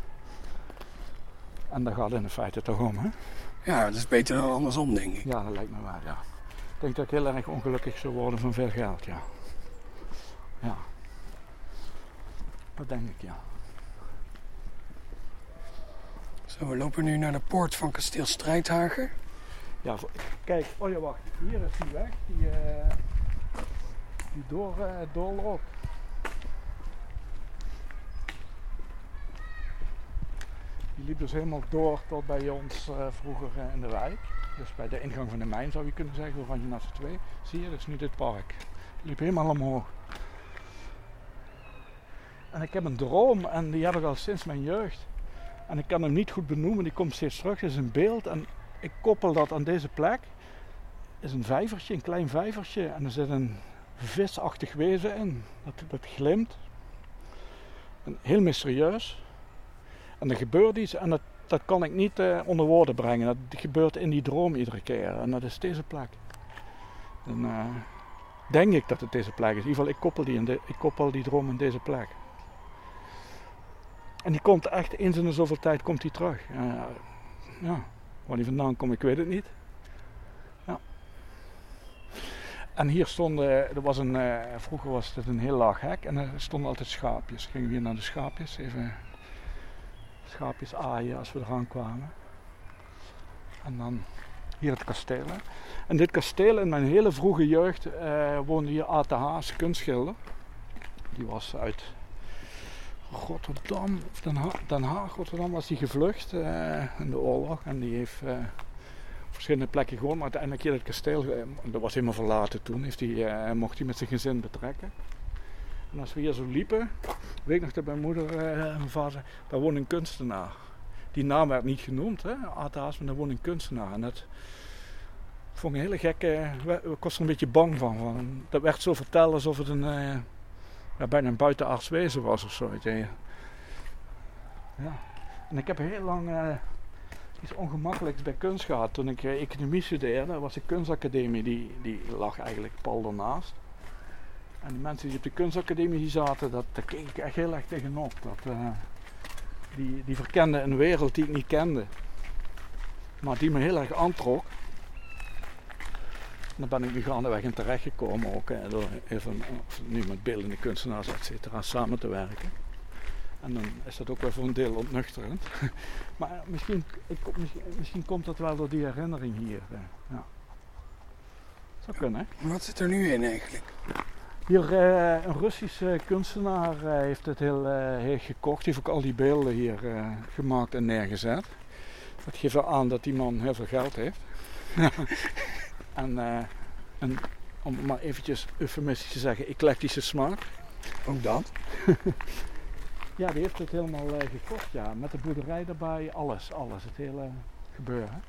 En daar gaat in de feite toch om, hè? Ja, dat is beter dan andersom, denk ik. Ja, dat lijkt me waar, ja. Ik denk dat ik heel erg ongelukkig zou worden van veel geld, ja. Ja. Dat denk ik, ja. Zo, we lopen nu naar de poort van kasteel Strijdhagen. Ja, kijk, oh ja, wacht. Hier is die weg die, uh, die door, uh, doorloopt. Die liep dus helemaal door tot bij ons uh, vroeger uh, in de wijk. Dus bij de ingang van de mijn zou je kunnen zeggen, door van je naar z'n twee. Zie je, dat is nu dit park. Die liep helemaal omhoog. En ik heb een droom en die heb ik al sinds mijn jeugd. En ik kan hem niet goed benoemen, die komt steeds terug. Het is een beeld en ik koppel dat aan deze plek. Het is een vijvertje, een klein vijvertje. En er zit een visachtig wezen in. Dat, dat glimt. En heel mysterieus. En er gebeurt iets en dat, dat kan ik niet uh, onder woorden brengen. Dat gebeurt in die droom iedere keer. En dat is deze plek. En uh, denk ik dat het deze plek is. In ieder geval, ik koppel die, in de, ik koppel die droom in deze plek. En die komt echt eens in de zoveel tijd komt die terug. Uh, ja, waar die vandaan komt, ik weet het niet. Ja. En hier stonden, er was een, uh, vroeger was het een heel laag hek en er stonden altijd schaapjes. Gingen we hier naar de schaapjes, even schaapjes aaien als we eraan kwamen. En dan hier het kasteel. Hè. En dit kasteel in mijn hele vroege jeugd uh, woonde hier A T Haas, kunstschilder. Die was uit Rotterdam, of Den Haag, Den Haag, Rotterdam was hij gevlucht uh, in de oorlog. En die heeft uh, op verschillende plekken gewoond, maar uiteindelijk hier het kasteel, uh, dat was helemaal verlaten toen, heeft hij, uh, mocht hij met zijn gezin betrekken. En als we hier zo liepen, weet ik nog dat mijn moeder uh, en mijn vader zei, daar woont een kunstenaar. Die naam werd niet genoemd, hè, A T Haas, maar daar woont een kunstenaar. En dat vond ik een hele gekke, ik was er een beetje bang van. van dat werd zo verteld alsof het een... Uh, Ja, bijna een buitenaards wezen was of zo. Ja. Ja. En ik heb heel lang uh, iets ongemakkelijks bij kunst gehad. Toen ik uh, economie studeerde, was de kunstacademie, die, die lag eigenlijk pal daarnaast. En de mensen die op de kunstacademie die zaten, dat, daar keek ik echt heel erg tegenop. Dat, uh, die, die verkenden een wereld die ik niet kende. Maar die me heel erg aantrok. En daar ben ik nu gaandeweg in terechtgekomen ook, hè, door even, nu met beeldende kunstenaars et cetera samen te werken. En dan is dat ook wel voor een deel ontnuchterend. Maar misschien, ik, misschien, misschien komt dat wel door die herinnering hier. Ja. Zou kunnen, hè? Wat zit er nu in eigenlijk? Hier, uh, een Russische kunstenaar uh, heeft het heel, uh, heel gekocht. Die heeft ook al die beelden hier uh, gemaakt en neergezet. Dat geeft wel aan dat die man heel veel geld heeft. En, uh, en om maar eventjes eufemistisch te zeggen, eclectische smaak. Ook dat? Ja, die heeft het helemaal uh, gekocht, ja. Met de boerderij erbij, alles, alles. Het hele gebeuren.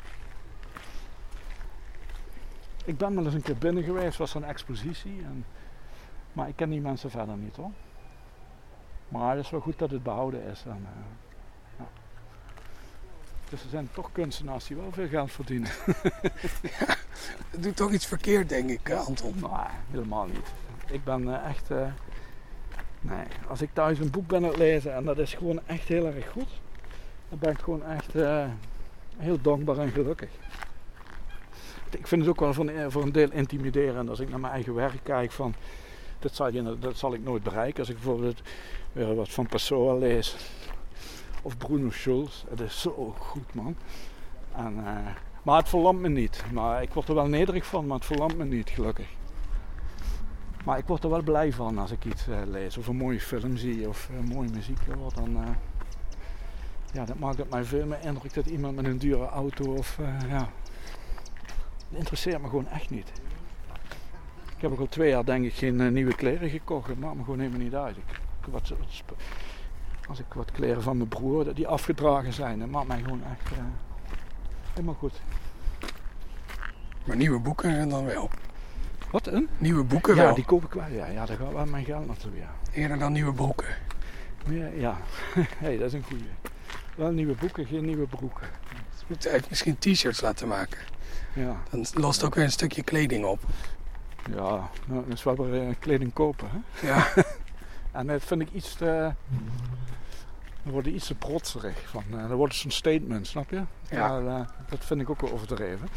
Ik ben wel eens een keer binnen geweest, was er een expositie. En, maar ik ken die mensen verder niet, hoor. Maar het is wel goed dat het behouden is. En, uh, ja. Dus er zijn toch kunstenaars die wel veel geld verdienen. Ja, dat doet toch iets verkeerd, denk ik, uh, Anton? Nee, helemaal niet. Ik ben uh, echt... Uh, nee, als ik thuis een boek ben aan het lezen en dat is gewoon echt heel erg goed, dan ben ik gewoon echt uh, heel dankbaar en gelukkig. Ik vind het ook wel voor een, voor een deel intimiderend als ik naar mijn eigen werk kijk van... Dat zal, je, dat zal ik nooit bereiken. Als ik bijvoorbeeld weer wat van Pessoa lees. Of Bruno Schulz. Het is zo goed, man. En, uh, maar het verlamt me niet. Maar ik word er wel nederig van, maar het verlamt me niet, gelukkig. Maar ik word er wel blij van als ik iets uh, lees. Of een mooie film zie. Of uh, mooie muziek hoor. Dan, uh, ja, dat maakt op mij veel meer indruk dat iemand met een dure auto of... Uh, ja, dat interesseert me gewoon echt niet. Ik heb ook al twee jaar denk ik geen uh, nieuwe kleren gekocht. Het maakt me gewoon helemaal niet uit. Ik, ik wat, als ik wat kleren van mijn broer die afgedragen zijn, dat maakt mij gewoon echt uh, helemaal goed. Maar nieuwe boeken dan wel? Wat, een? Nieuwe boeken ja, wel? Ja, die koop ik wel. Ja, ja, daar gaat wel mijn geld naartoe, ja. Eerder dan nieuwe broeken? Ja, ja. Hey, dat is een goeie. Wel nieuwe boeken, geen nieuwe broeken. Je moet even misschien t-shirts laten maken. Ja. Dan lost ook weer een stukje kleding op. Ja, nou, dat is wel weer uh, kleding kopen, hè? Ja. En dat vind ik iets te... Dan word je iets te protserig van. Uh, dan wordt het zo'n statement, snap je? Ja. Maar, uh, dat vind ik ook wel overdreven.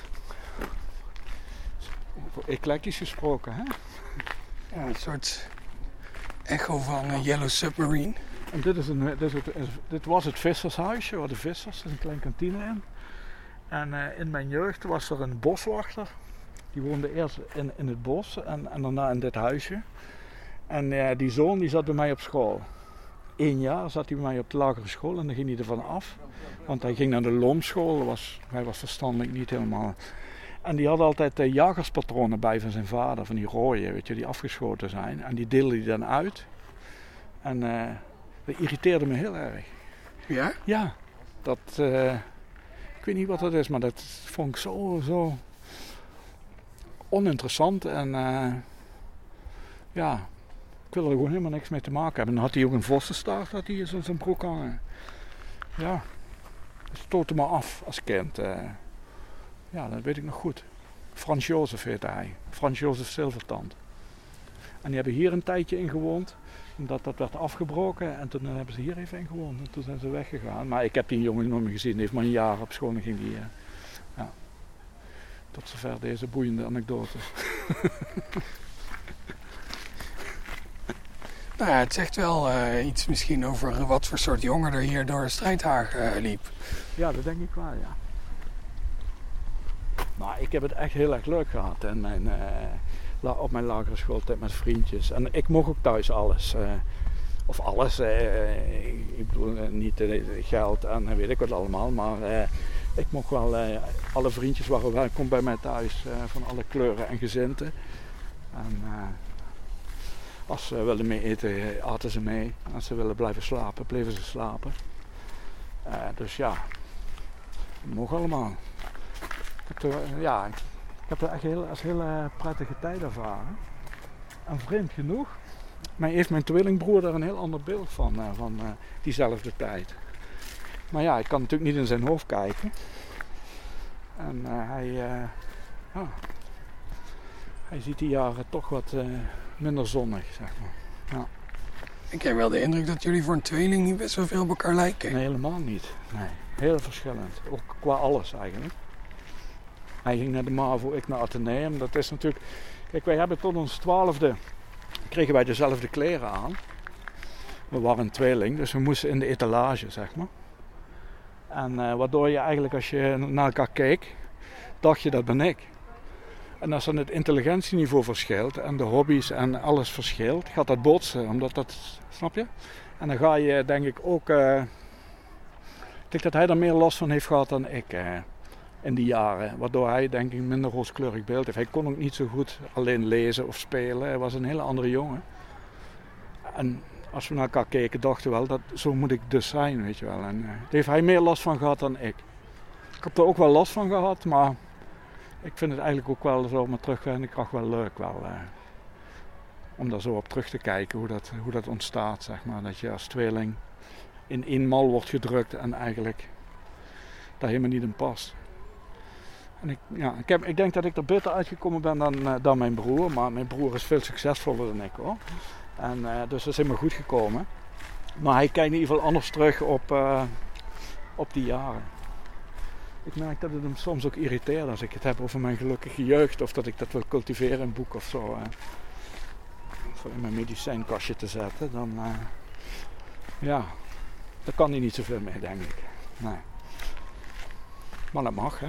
Eclectisch gesproken, hè? Ja, een soort echo van uh, Yellow Submarine. En dit, is een, dit, is het, dit was het vissershuisje, waar de vissers, er is een kleine kantine in. En uh, in mijn jeugd was er een boswachter. Die woonde eerst in, in het bos en, en daarna in dit huisje. En uh, die zoon die zat bij mij op school. Eén jaar zat hij bij mij op de lagere school en dan ging hij ervan af. Want hij ging naar de Loomschool, was, hij was verstandelijk niet helemaal. En die had altijd uh, jagerspatronen bij van zijn vader, van die rode, weet je, die afgeschoten zijn. En die deelde hij dan uit. En uh, dat irriteerde me heel erg. Ja? Ja, dat... Uh, ik weet niet wat dat is, maar dat vond ik zo... zo oninteressant en uh, ja, ik wilde er gewoon helemaal niks mee te maken hebben. Dan had hij ook een vossenstaart, had hij in zijn broek hangen. Ja, dat stootte me af als kind. Uh, ja, dat weet ik nog goed. Frans Jozef heette hij, Frans Jozef Zilvertand. En die hebben hier een tijdje in gewoond, omdat dat werd afgebroken en toen hebben ze hier even in gewoond en toen zijn ze weggegaan. Maar ik heb die jongen nog niet gezien, die heeft maar een jaar op school en ging die... Uh, ja. Tot zover deze boeiende anekdote. Nou ja, het zegt wel uh, iets misschien over wat voor soort jongen er hier door Strijdhagen uh, liep. Ja, dat denk ik wel, ja. Maar ik heb het echt heel erg leuk gehad in mijn, uh, la- op mijn lagere schooltijd met vriendjes. En ik mocht ook thuis alles. Uh, of alles. Uh, ik bedoel uh, niet uh, geld en weet ik wat allemaal, maar... Uh, Ik mocht wel, uh, alle vriendjes waren welkom bij mij thuis, uh, van alle kleuren en gezinten. En uh, als ze wilden mee eten, aten ze mee. En als ze wilden blijven slapen, bleven ze slapen. Uh, dus ja, dat mocht allemaal. Ik heb, uh, ja, ik, ik heb het echt heel, als een hele prettige tijd ervaren. En vreemd genoeg, mij heeft mijn tweelingbroer daar een heel ander beeld van, uh, van uh, diezelfde tijd. Maar ja, ik kan natuurlijk niet in zijn hoofd kijken. En uh, hij, uh, ja, hij ziet die jaren toch wat uh, minder zonnig, zeg maar. Ja. Ik heb wel de indruk dat jullie voor een tweeling niet best wel veel op elkaar lijken. Nee, helemaal niet. Nee, heel verschillend. Ook qua alles eigenlijk. Hij ging naar de MAVO, ik naar Atheneum. Dat is natuurlijk... Kijk, wij hebben tot ons twaalfde... kregen wij dezelfde kleren aan. We waren een tweeling, dus we moesten in de etalage, zeg maar. En uh, waardoor je eigenlijk als je naar elkaar keek, dacht je dat ben ik. En als dan het intelligentieniveau verschilt en de hobby's en alles verschilt, gaat dat botsen, omdat dat, snap je? En dan ga je denk ik ook, uh, ik denk dat hij er meer last van heeft gehad dan ik uh, in die jaren. Waardoor hij denk ik een minder rooskleurig beeld heeft. Hij kon ook niet zo goed alleen lezen of spelen, hij was een hele andere jongen. En als we naar elkaar keken, dachten we wel, dat zo moet ik dus zijn, weet je wel. En uh, daar heeft hij meer last van gehad dan ik. Ik heb er ook wel last van gehad, maar ik vind het eigenlijk ook wel zo met terugwerkende kracht wel leuk. Wel, uh, om daar zo op terug te kijken, hoe dat, hoe dat ontstaat, zeg maar. Dat je als tweeling in één mal wordt gedrukt en eigenlijk daar helemaal niet in past. En ik, ja, ik, heb, ik denk dat ik er beter uitgekomen ben dan, uh, dan mijn broer, maar mijn broer is veel succesvoller dan ik hoor. En, uh, dus dat is helemaal goed gekomen. Maar hij kijkt in ieder geval anders terug op, uh, op die jaren. Ik merk dat het hem soms ook irriteert als ik het heb over mijn gelukkige jeugd of dat ik dat wil cultiveren in een boek of zo. Uh, voor in mijn medicijnkastje te zetten, dan uh, ja, daar kan hij niet zoveel mee, denk ik. Nee. Maar dat mag, hè.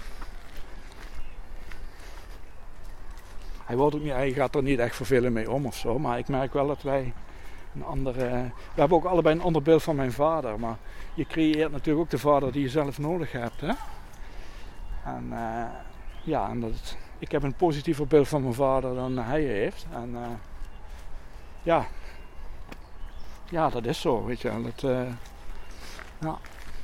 Hij, wordt ook niet, hij gaat er niet echt vervelend mee om of zo, maar ik merk wel dat wij een andere... We hebben ook allebei een ander beeld van mijn vader, maar je creëert natuurlijk ook de vader die je zelf nodig hebt, hè. En uh, ja, en dat, ik heb een positiever beeld van mijn vader dan hij heeft. En uh, ja, ja, dat is zo, weet je wel. Dat, uh, ja.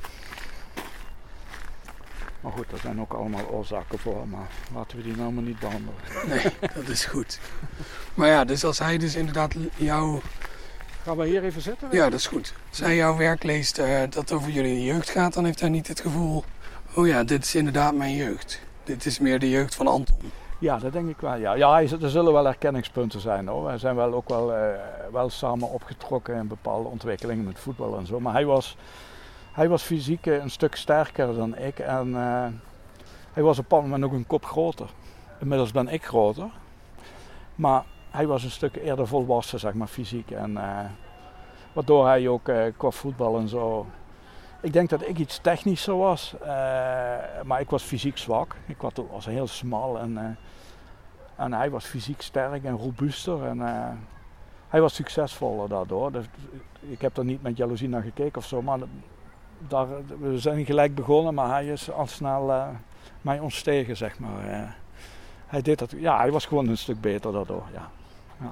Maar goed, er zijn ook allemaal oorzaken voor, maar laten we die nou maar niet behandelen. Nee, dat is goed. Maar ja, dus als hij dus inderdaad jouw... Gaan we hier even zitten? Ja, dat is goed. Als hij jouw werk leest uh, dat over jullie jeugd gaat, dan heeft hij niet het gevoel... Oh ja, dit is inderdaad mijn jeugd. Dit is meer de jeugd van Anton. Ja, dat denk ik wel. Ja, ja er zullen wel herkenningspunten zijn hoor. Wij zijn wel ook wel, uh, wel samen opgetrokken in bepaalde ontwikkelingen met voetbal en zo. Maar hij was, hij was fysiek een stuk sterker dan ik. En uh, hij was op een bepaald moment ook een kop groter. Inmiddels ben ik groter. Maar hij was een stuk eerder volwassen, zeg maar, fysiek. En, uh, waardoor hij ook uh, qua voetbal en zo... Ik denk dat ik iets technischer was, uh, maar ik was fysiek zwak. Ik was, was heel smal en, uh, en hij was fysiek sterk en robuuster. En, uh, hij was succesvoller daardoor. Dus, ik heb er niet met jaloezie naar gekeken of zo, maar daar, we zijn gelijk begonnen, maar hij is al snel uh, mij ontstegen, zeg maar. Uh, hij deed dat, ja, hij was gewoon een stuk beter daardoor, ja. Ja.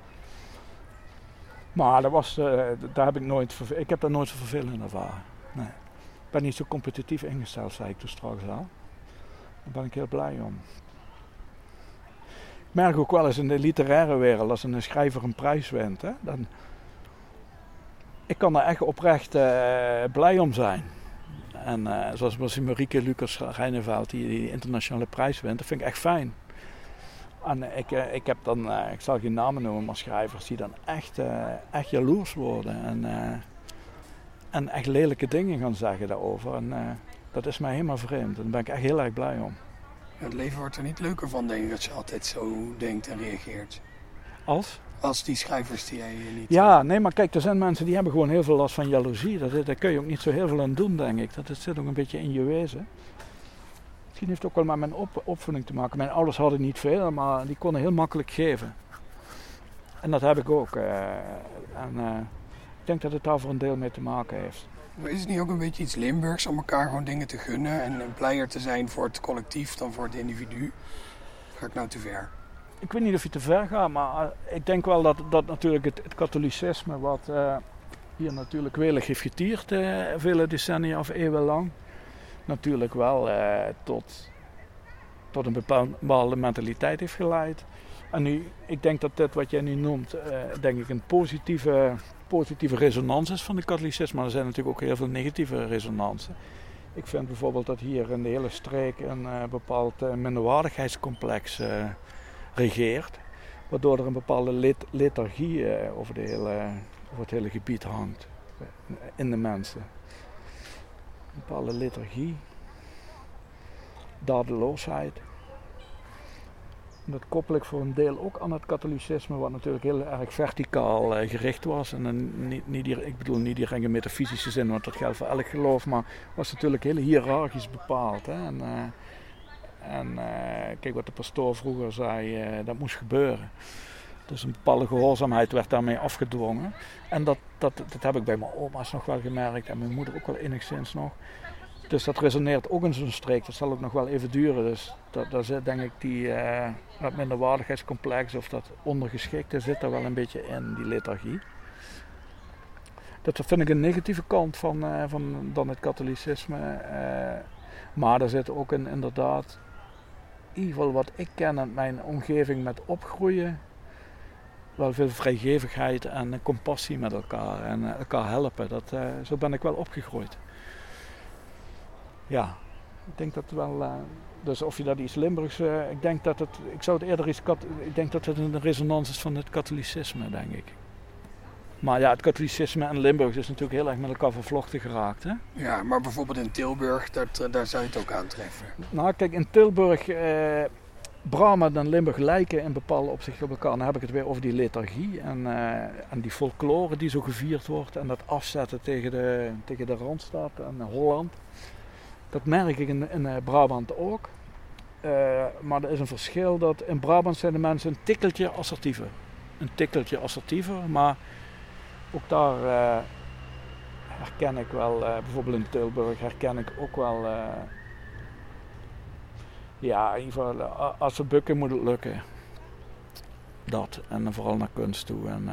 Maar dat was, uh, daar heb ik nooit, ik heb daar nooit zo vervelend ervaren. Nee. Ik ben niet zo competitief ingesteld, zei ik toen straks al. Daar ben ik heel blij om. Ik merk ook wel eens in de literaire wereld, als een schrijver een prijs wint, hè, dan... Ik kan daar echt oprecht uh, blij om zijn. En uh, zoals Marieke Lucas Reineveld, die die internationale prijs wint, dat vind ik echt fijn. En ik, uh, ik heb dan, uh, ik zal geen namen noemen, maar schrijvers die dan echt, uh, echt jaloers worden. En, uh, En echt lelijke dingen gaan zeggen daarover. En uh, dat is mij helemaal vreemd. Daar ben ik echt heel erg blij om. Het leven wordt er niet leuker van, denk ik, dat je altijd zo denkt en reageert. Als? Als die schrijvers die jij niet... Ja, nee, maar kijk, er zijn mensen die hebben gewoon heel veel last van jaloezie. Dat, daar kun je ook niet zo heel veel aan doen, denk ik. Dat, dat zit ook een beetje in je wezen. Misschien heeft het ook wel met mijn op, opvoeding te maken. Mijn ouders hadden niet veel, maar die konden heel makkelijk geven. En dat heb ik ook. Uh, en, uh, Ik denk dat het daar voor een deel mee te maken heeft. Maar is het niet ook een beetje iets Limburgs om elkaar gewoon dingen te gunnen en blijer te zijn voor het collectief dan voor het individu? Ga ik nou te ver? Ik weet niet of je te ver gaat, maar uh, ik denk wel dat, dat natuurlijk het, het katholicisme wat uh, hier natuurlijk welig heeft getierd uh, vele decennia of eeuwenlang, natuurlijk wel uh, tot, tot een bepaalde mentaliteit heeft geleid. En nu, ik denk dat dit wat jij nu noemt, uh, denk ik een positieve... positieve resonantie is van de katholicisme, maar er zijn natuurlijk ook heel veel negatieve resonantie. Ik vind bijvoorbeeld dat hier in de hele streek een uh, bepaald uh, minderwaardigheidscomplex uh, regeert, waardoor er een bepaalde lit- liturgie uh, over, de hele, over het hele gebied hangt, uh, in de mensen. Een bepaalde liturgie, dadeloosheid. Dat koppel ik voor een deel ook aan het katholicisme, wat natuurlijk heel erg verticaal uh, gericht was. En dan niet, niet die, ik bedoel niet direct in metafysische zin, want dat geldt voor elk geloof, maar was natuurlijk heel hiërarchisch bepaald. Hè? En, uh, en uh, kijk wat de pastoor vroeger zei, uh, dat moest gebeuren. Dus een bepaalde gehoorzaamheid werd daarmee afgedwongen. En dat, dat, dat heb ik bij mijn oma's nog wel gemerkt en mijn moeder ook wel enigszins nog. Dus dat resoneert ook in zo'n streek, dat zal ook nog wel even duren. Dus dat, daar zit denk ik die, uh, dat minderwaardigheidscomplex of dat ondergeschikte zit er wel een beetje in, die liturgie. Dat vind ik een negatieve kant van, uh, van dan het katholicisme. Uh, maar er zit ook in, inderdaad, in ieder geval wat ik ken uit mijn omgeving met opgroeien, wel veel vrijgevigheid en compassie met elkaar en uh, elkaar helpen. Dat, uh, zo ben ik wel opgegroeid. ja, ik denk dat wel... Uh, dus of je dat iets Limburgs... Uh, ik denk dat het... Ik zou het eerder iets... Kat, ik denk dat het een resonans is van het katholicisme, denk ik. Maar ja, het katholicisme en Limburg is natuurlijk heel erg met elkaar vervlochten geraakt. Hè? Ja, maar bijvoorbeeld in Tilburg, dat, daar zou je het ook aantreffen. Nou, kijk, in Tilburg... Uh, Brabant en Limburg lijken in bepaalde opzichten op elkaar. Dan heb ik het weer over die lethargie en, uh, en die folklore die zo gevierd wordt. En dat afzetten tegen de, tegen de Randstad en Holland. Dat merk ik in, in uh, Brabant ook. Uh, maar er is een verschil dat in Brabant zijn de mensen een tikkeltje assertiever. Een tikkeltje assertiever, maar ook daar uh, herken ik wel, uh, bijvoorbeeld in Tilburg herken ik ook wel... Uh, Ja, in ieder geval, als we bukken moet het lukken. Dat. En vooral naar kunst toe. En, uh,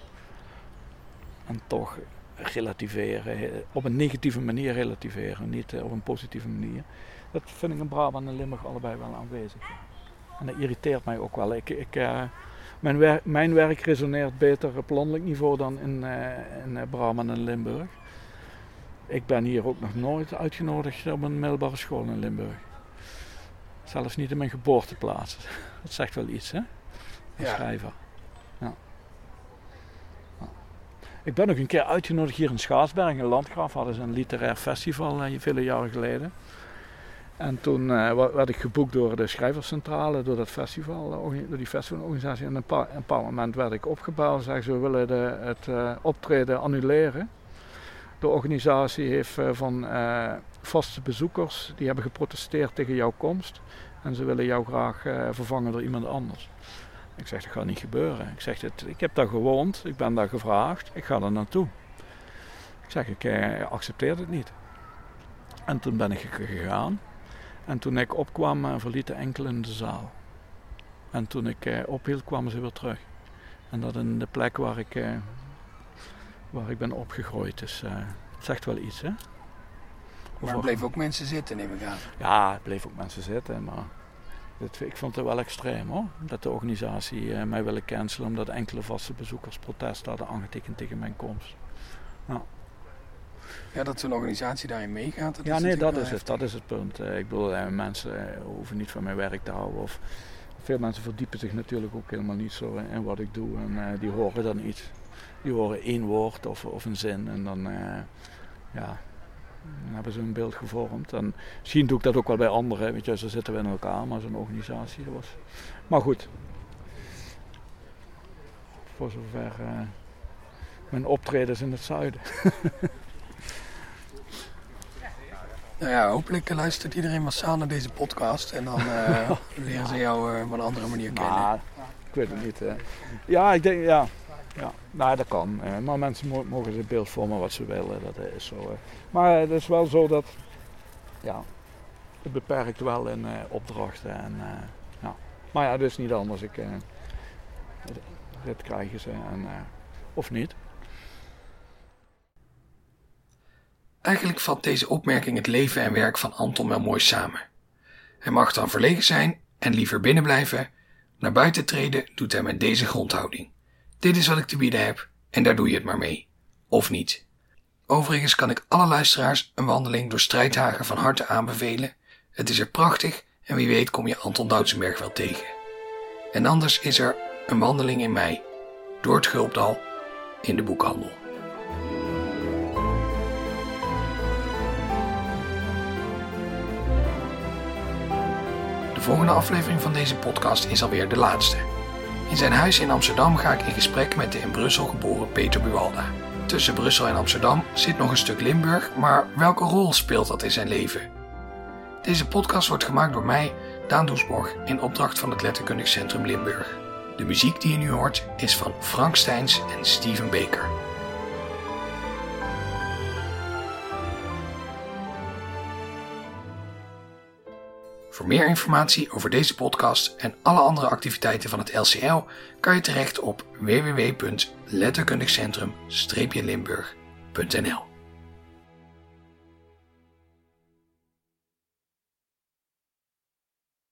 en toch relativeren. Op een negatieve manier relativeren. Niet uh, op een positieve manier. Dat vind ik in Brabant en Limburg allebei wel aanwezig. En dat irriteert mij ook wel. Ik, ik, uh, mijn, wer- mijn werk resoneert beter op landelijk niveau dan in, uh, in uh, Brabant en Limburg. Ik ben hier ook nog nooit uitgenodigd op een middelbare school in Limburg. Zelfs niet in mijn geboorteplaats. Dat zegt wel iets, hè? Een ja. schrijver. Ja. Ja. Ik ben nog een keer uitgenodigd hier in Schaarsberg, in Landgraaf. Hadden ze een literair festival uh, vele jaren geleden. En toen uh, werd ik geboekt door de schrijverscentrale, door dat festival, uh, door die festivalorganisatie. En op een, pa- een paar moment werd ik opgebeld en zeiden ze, we willen de, het uh, optreden annuleren. De organisatie heeft uh, van uh, vaste bezoekers, die hebben geprotesteerd tegen jouw komst. En ze willen jou graag uh, vervangen door iemand anders. Ik zeg, dat gaat niet gebeuren. Ik zeg, het, ik heb daar gewoond, ik ben daar gevraagd, ik ga daar naartoe. Ik zeg, ik uh, accepteer het niet. En toen ben ik gegaan. En toen ik opkwam, uh, verlieten enkelen de zaal. En toen ik uh, ophield, kwamen ze weer terug. En dat in de plek waar ik, uh, waar ik ben opgegroeid. Dus uh, het zegt wel iets, hè? Maar er bleven ook mensen zitten, neem ik aan. Ja, er bleven ook mensen zitten, maar dit, ik vond het wel extreem, hoor. Dat de organisatie uh, mij wilde cancelen omdat enkele vaste bezoekers protest hadden aangetekend tegen mijn komst. Ja. Ja, dat zo'n organisatie daarin meegaat. Dat ja, is nee, dat is heftig. het. Dat is het punt. Uh, ik bedoel, uh, mensen uh, hoeven niet van mijn werk te houden. Of, veel mensen verdiepen zich natuurlijk ook helemaal niet zo in, in wat ik doe. En uh, die horen dan iets. Die horen één woord of, of een zin. En dan, uh, ja, dan hebben ze een beeld gevormd. En misschien doe ik dat ook wel bij anderen. Weet je, zo zitten we in elkaar. Maar zo'n organisatie, dat was... Maar goed. Voor zover uh, mijn optredens in het zuiden. Nou ja, hopelijk luistert iedereen massaal naar deze podcast en dan uh, leren ze jou uh, op een andere manier kennen. Nou, ik weet het niet. Hè. Ja, ik denk, ja. ja. Nou, dat kan. Uh, maar mensen mo- mogen zich beeld vormen wat ze willen. Dat is zo. Uh. Maar het is wel zo dat, ja, het beperkt wel in uh, opdrachten. En, uh, ja. Maar ja, dat is niet anders. Ik, uh, dit krijgen ze. En, uh, of niet. Eigenlijk vat deze opmerking het leven en werk van Anton wel mooi samen. Hij mag dan verlegen zijn en liever binnen blijven. Naar buiten treden doet hij met deze grondhouding. Dit is wat ik te bieden heb en daar doe je het maar mee. Of niet. Overigens kan ik alle luisteraars een wandeling door Strijdhagen van harte aanbevelen. Het is er prachtig en wie weet kom je Anton Doutsenberg wel tegen. En anders is er een wandeling in mei door het Gulpdal in de boekhandel. De volgende aflevering van deze podcast is alweer de laatste. In zijn huis in Amsterdam ga ik in gesprek met de in Brussel geboren Peter Buwalda. Tussen Brussel en Amsterdam zit nog een stuk Limburg, maar welke rol speelt dat in zijn leven? Deze podcast wordt gemaakt door mij, Daan Doesborg, in opdracht van het Letterkundig Centrum Limburg. De muziek die je nu hoort is van Frank Steins en Steven Baker. Voor meer informatie over deze podcast en alle andere activiteiten van het L C L kan je terecht op w w w punt letterkundigcentrum streepje limburg punt n l.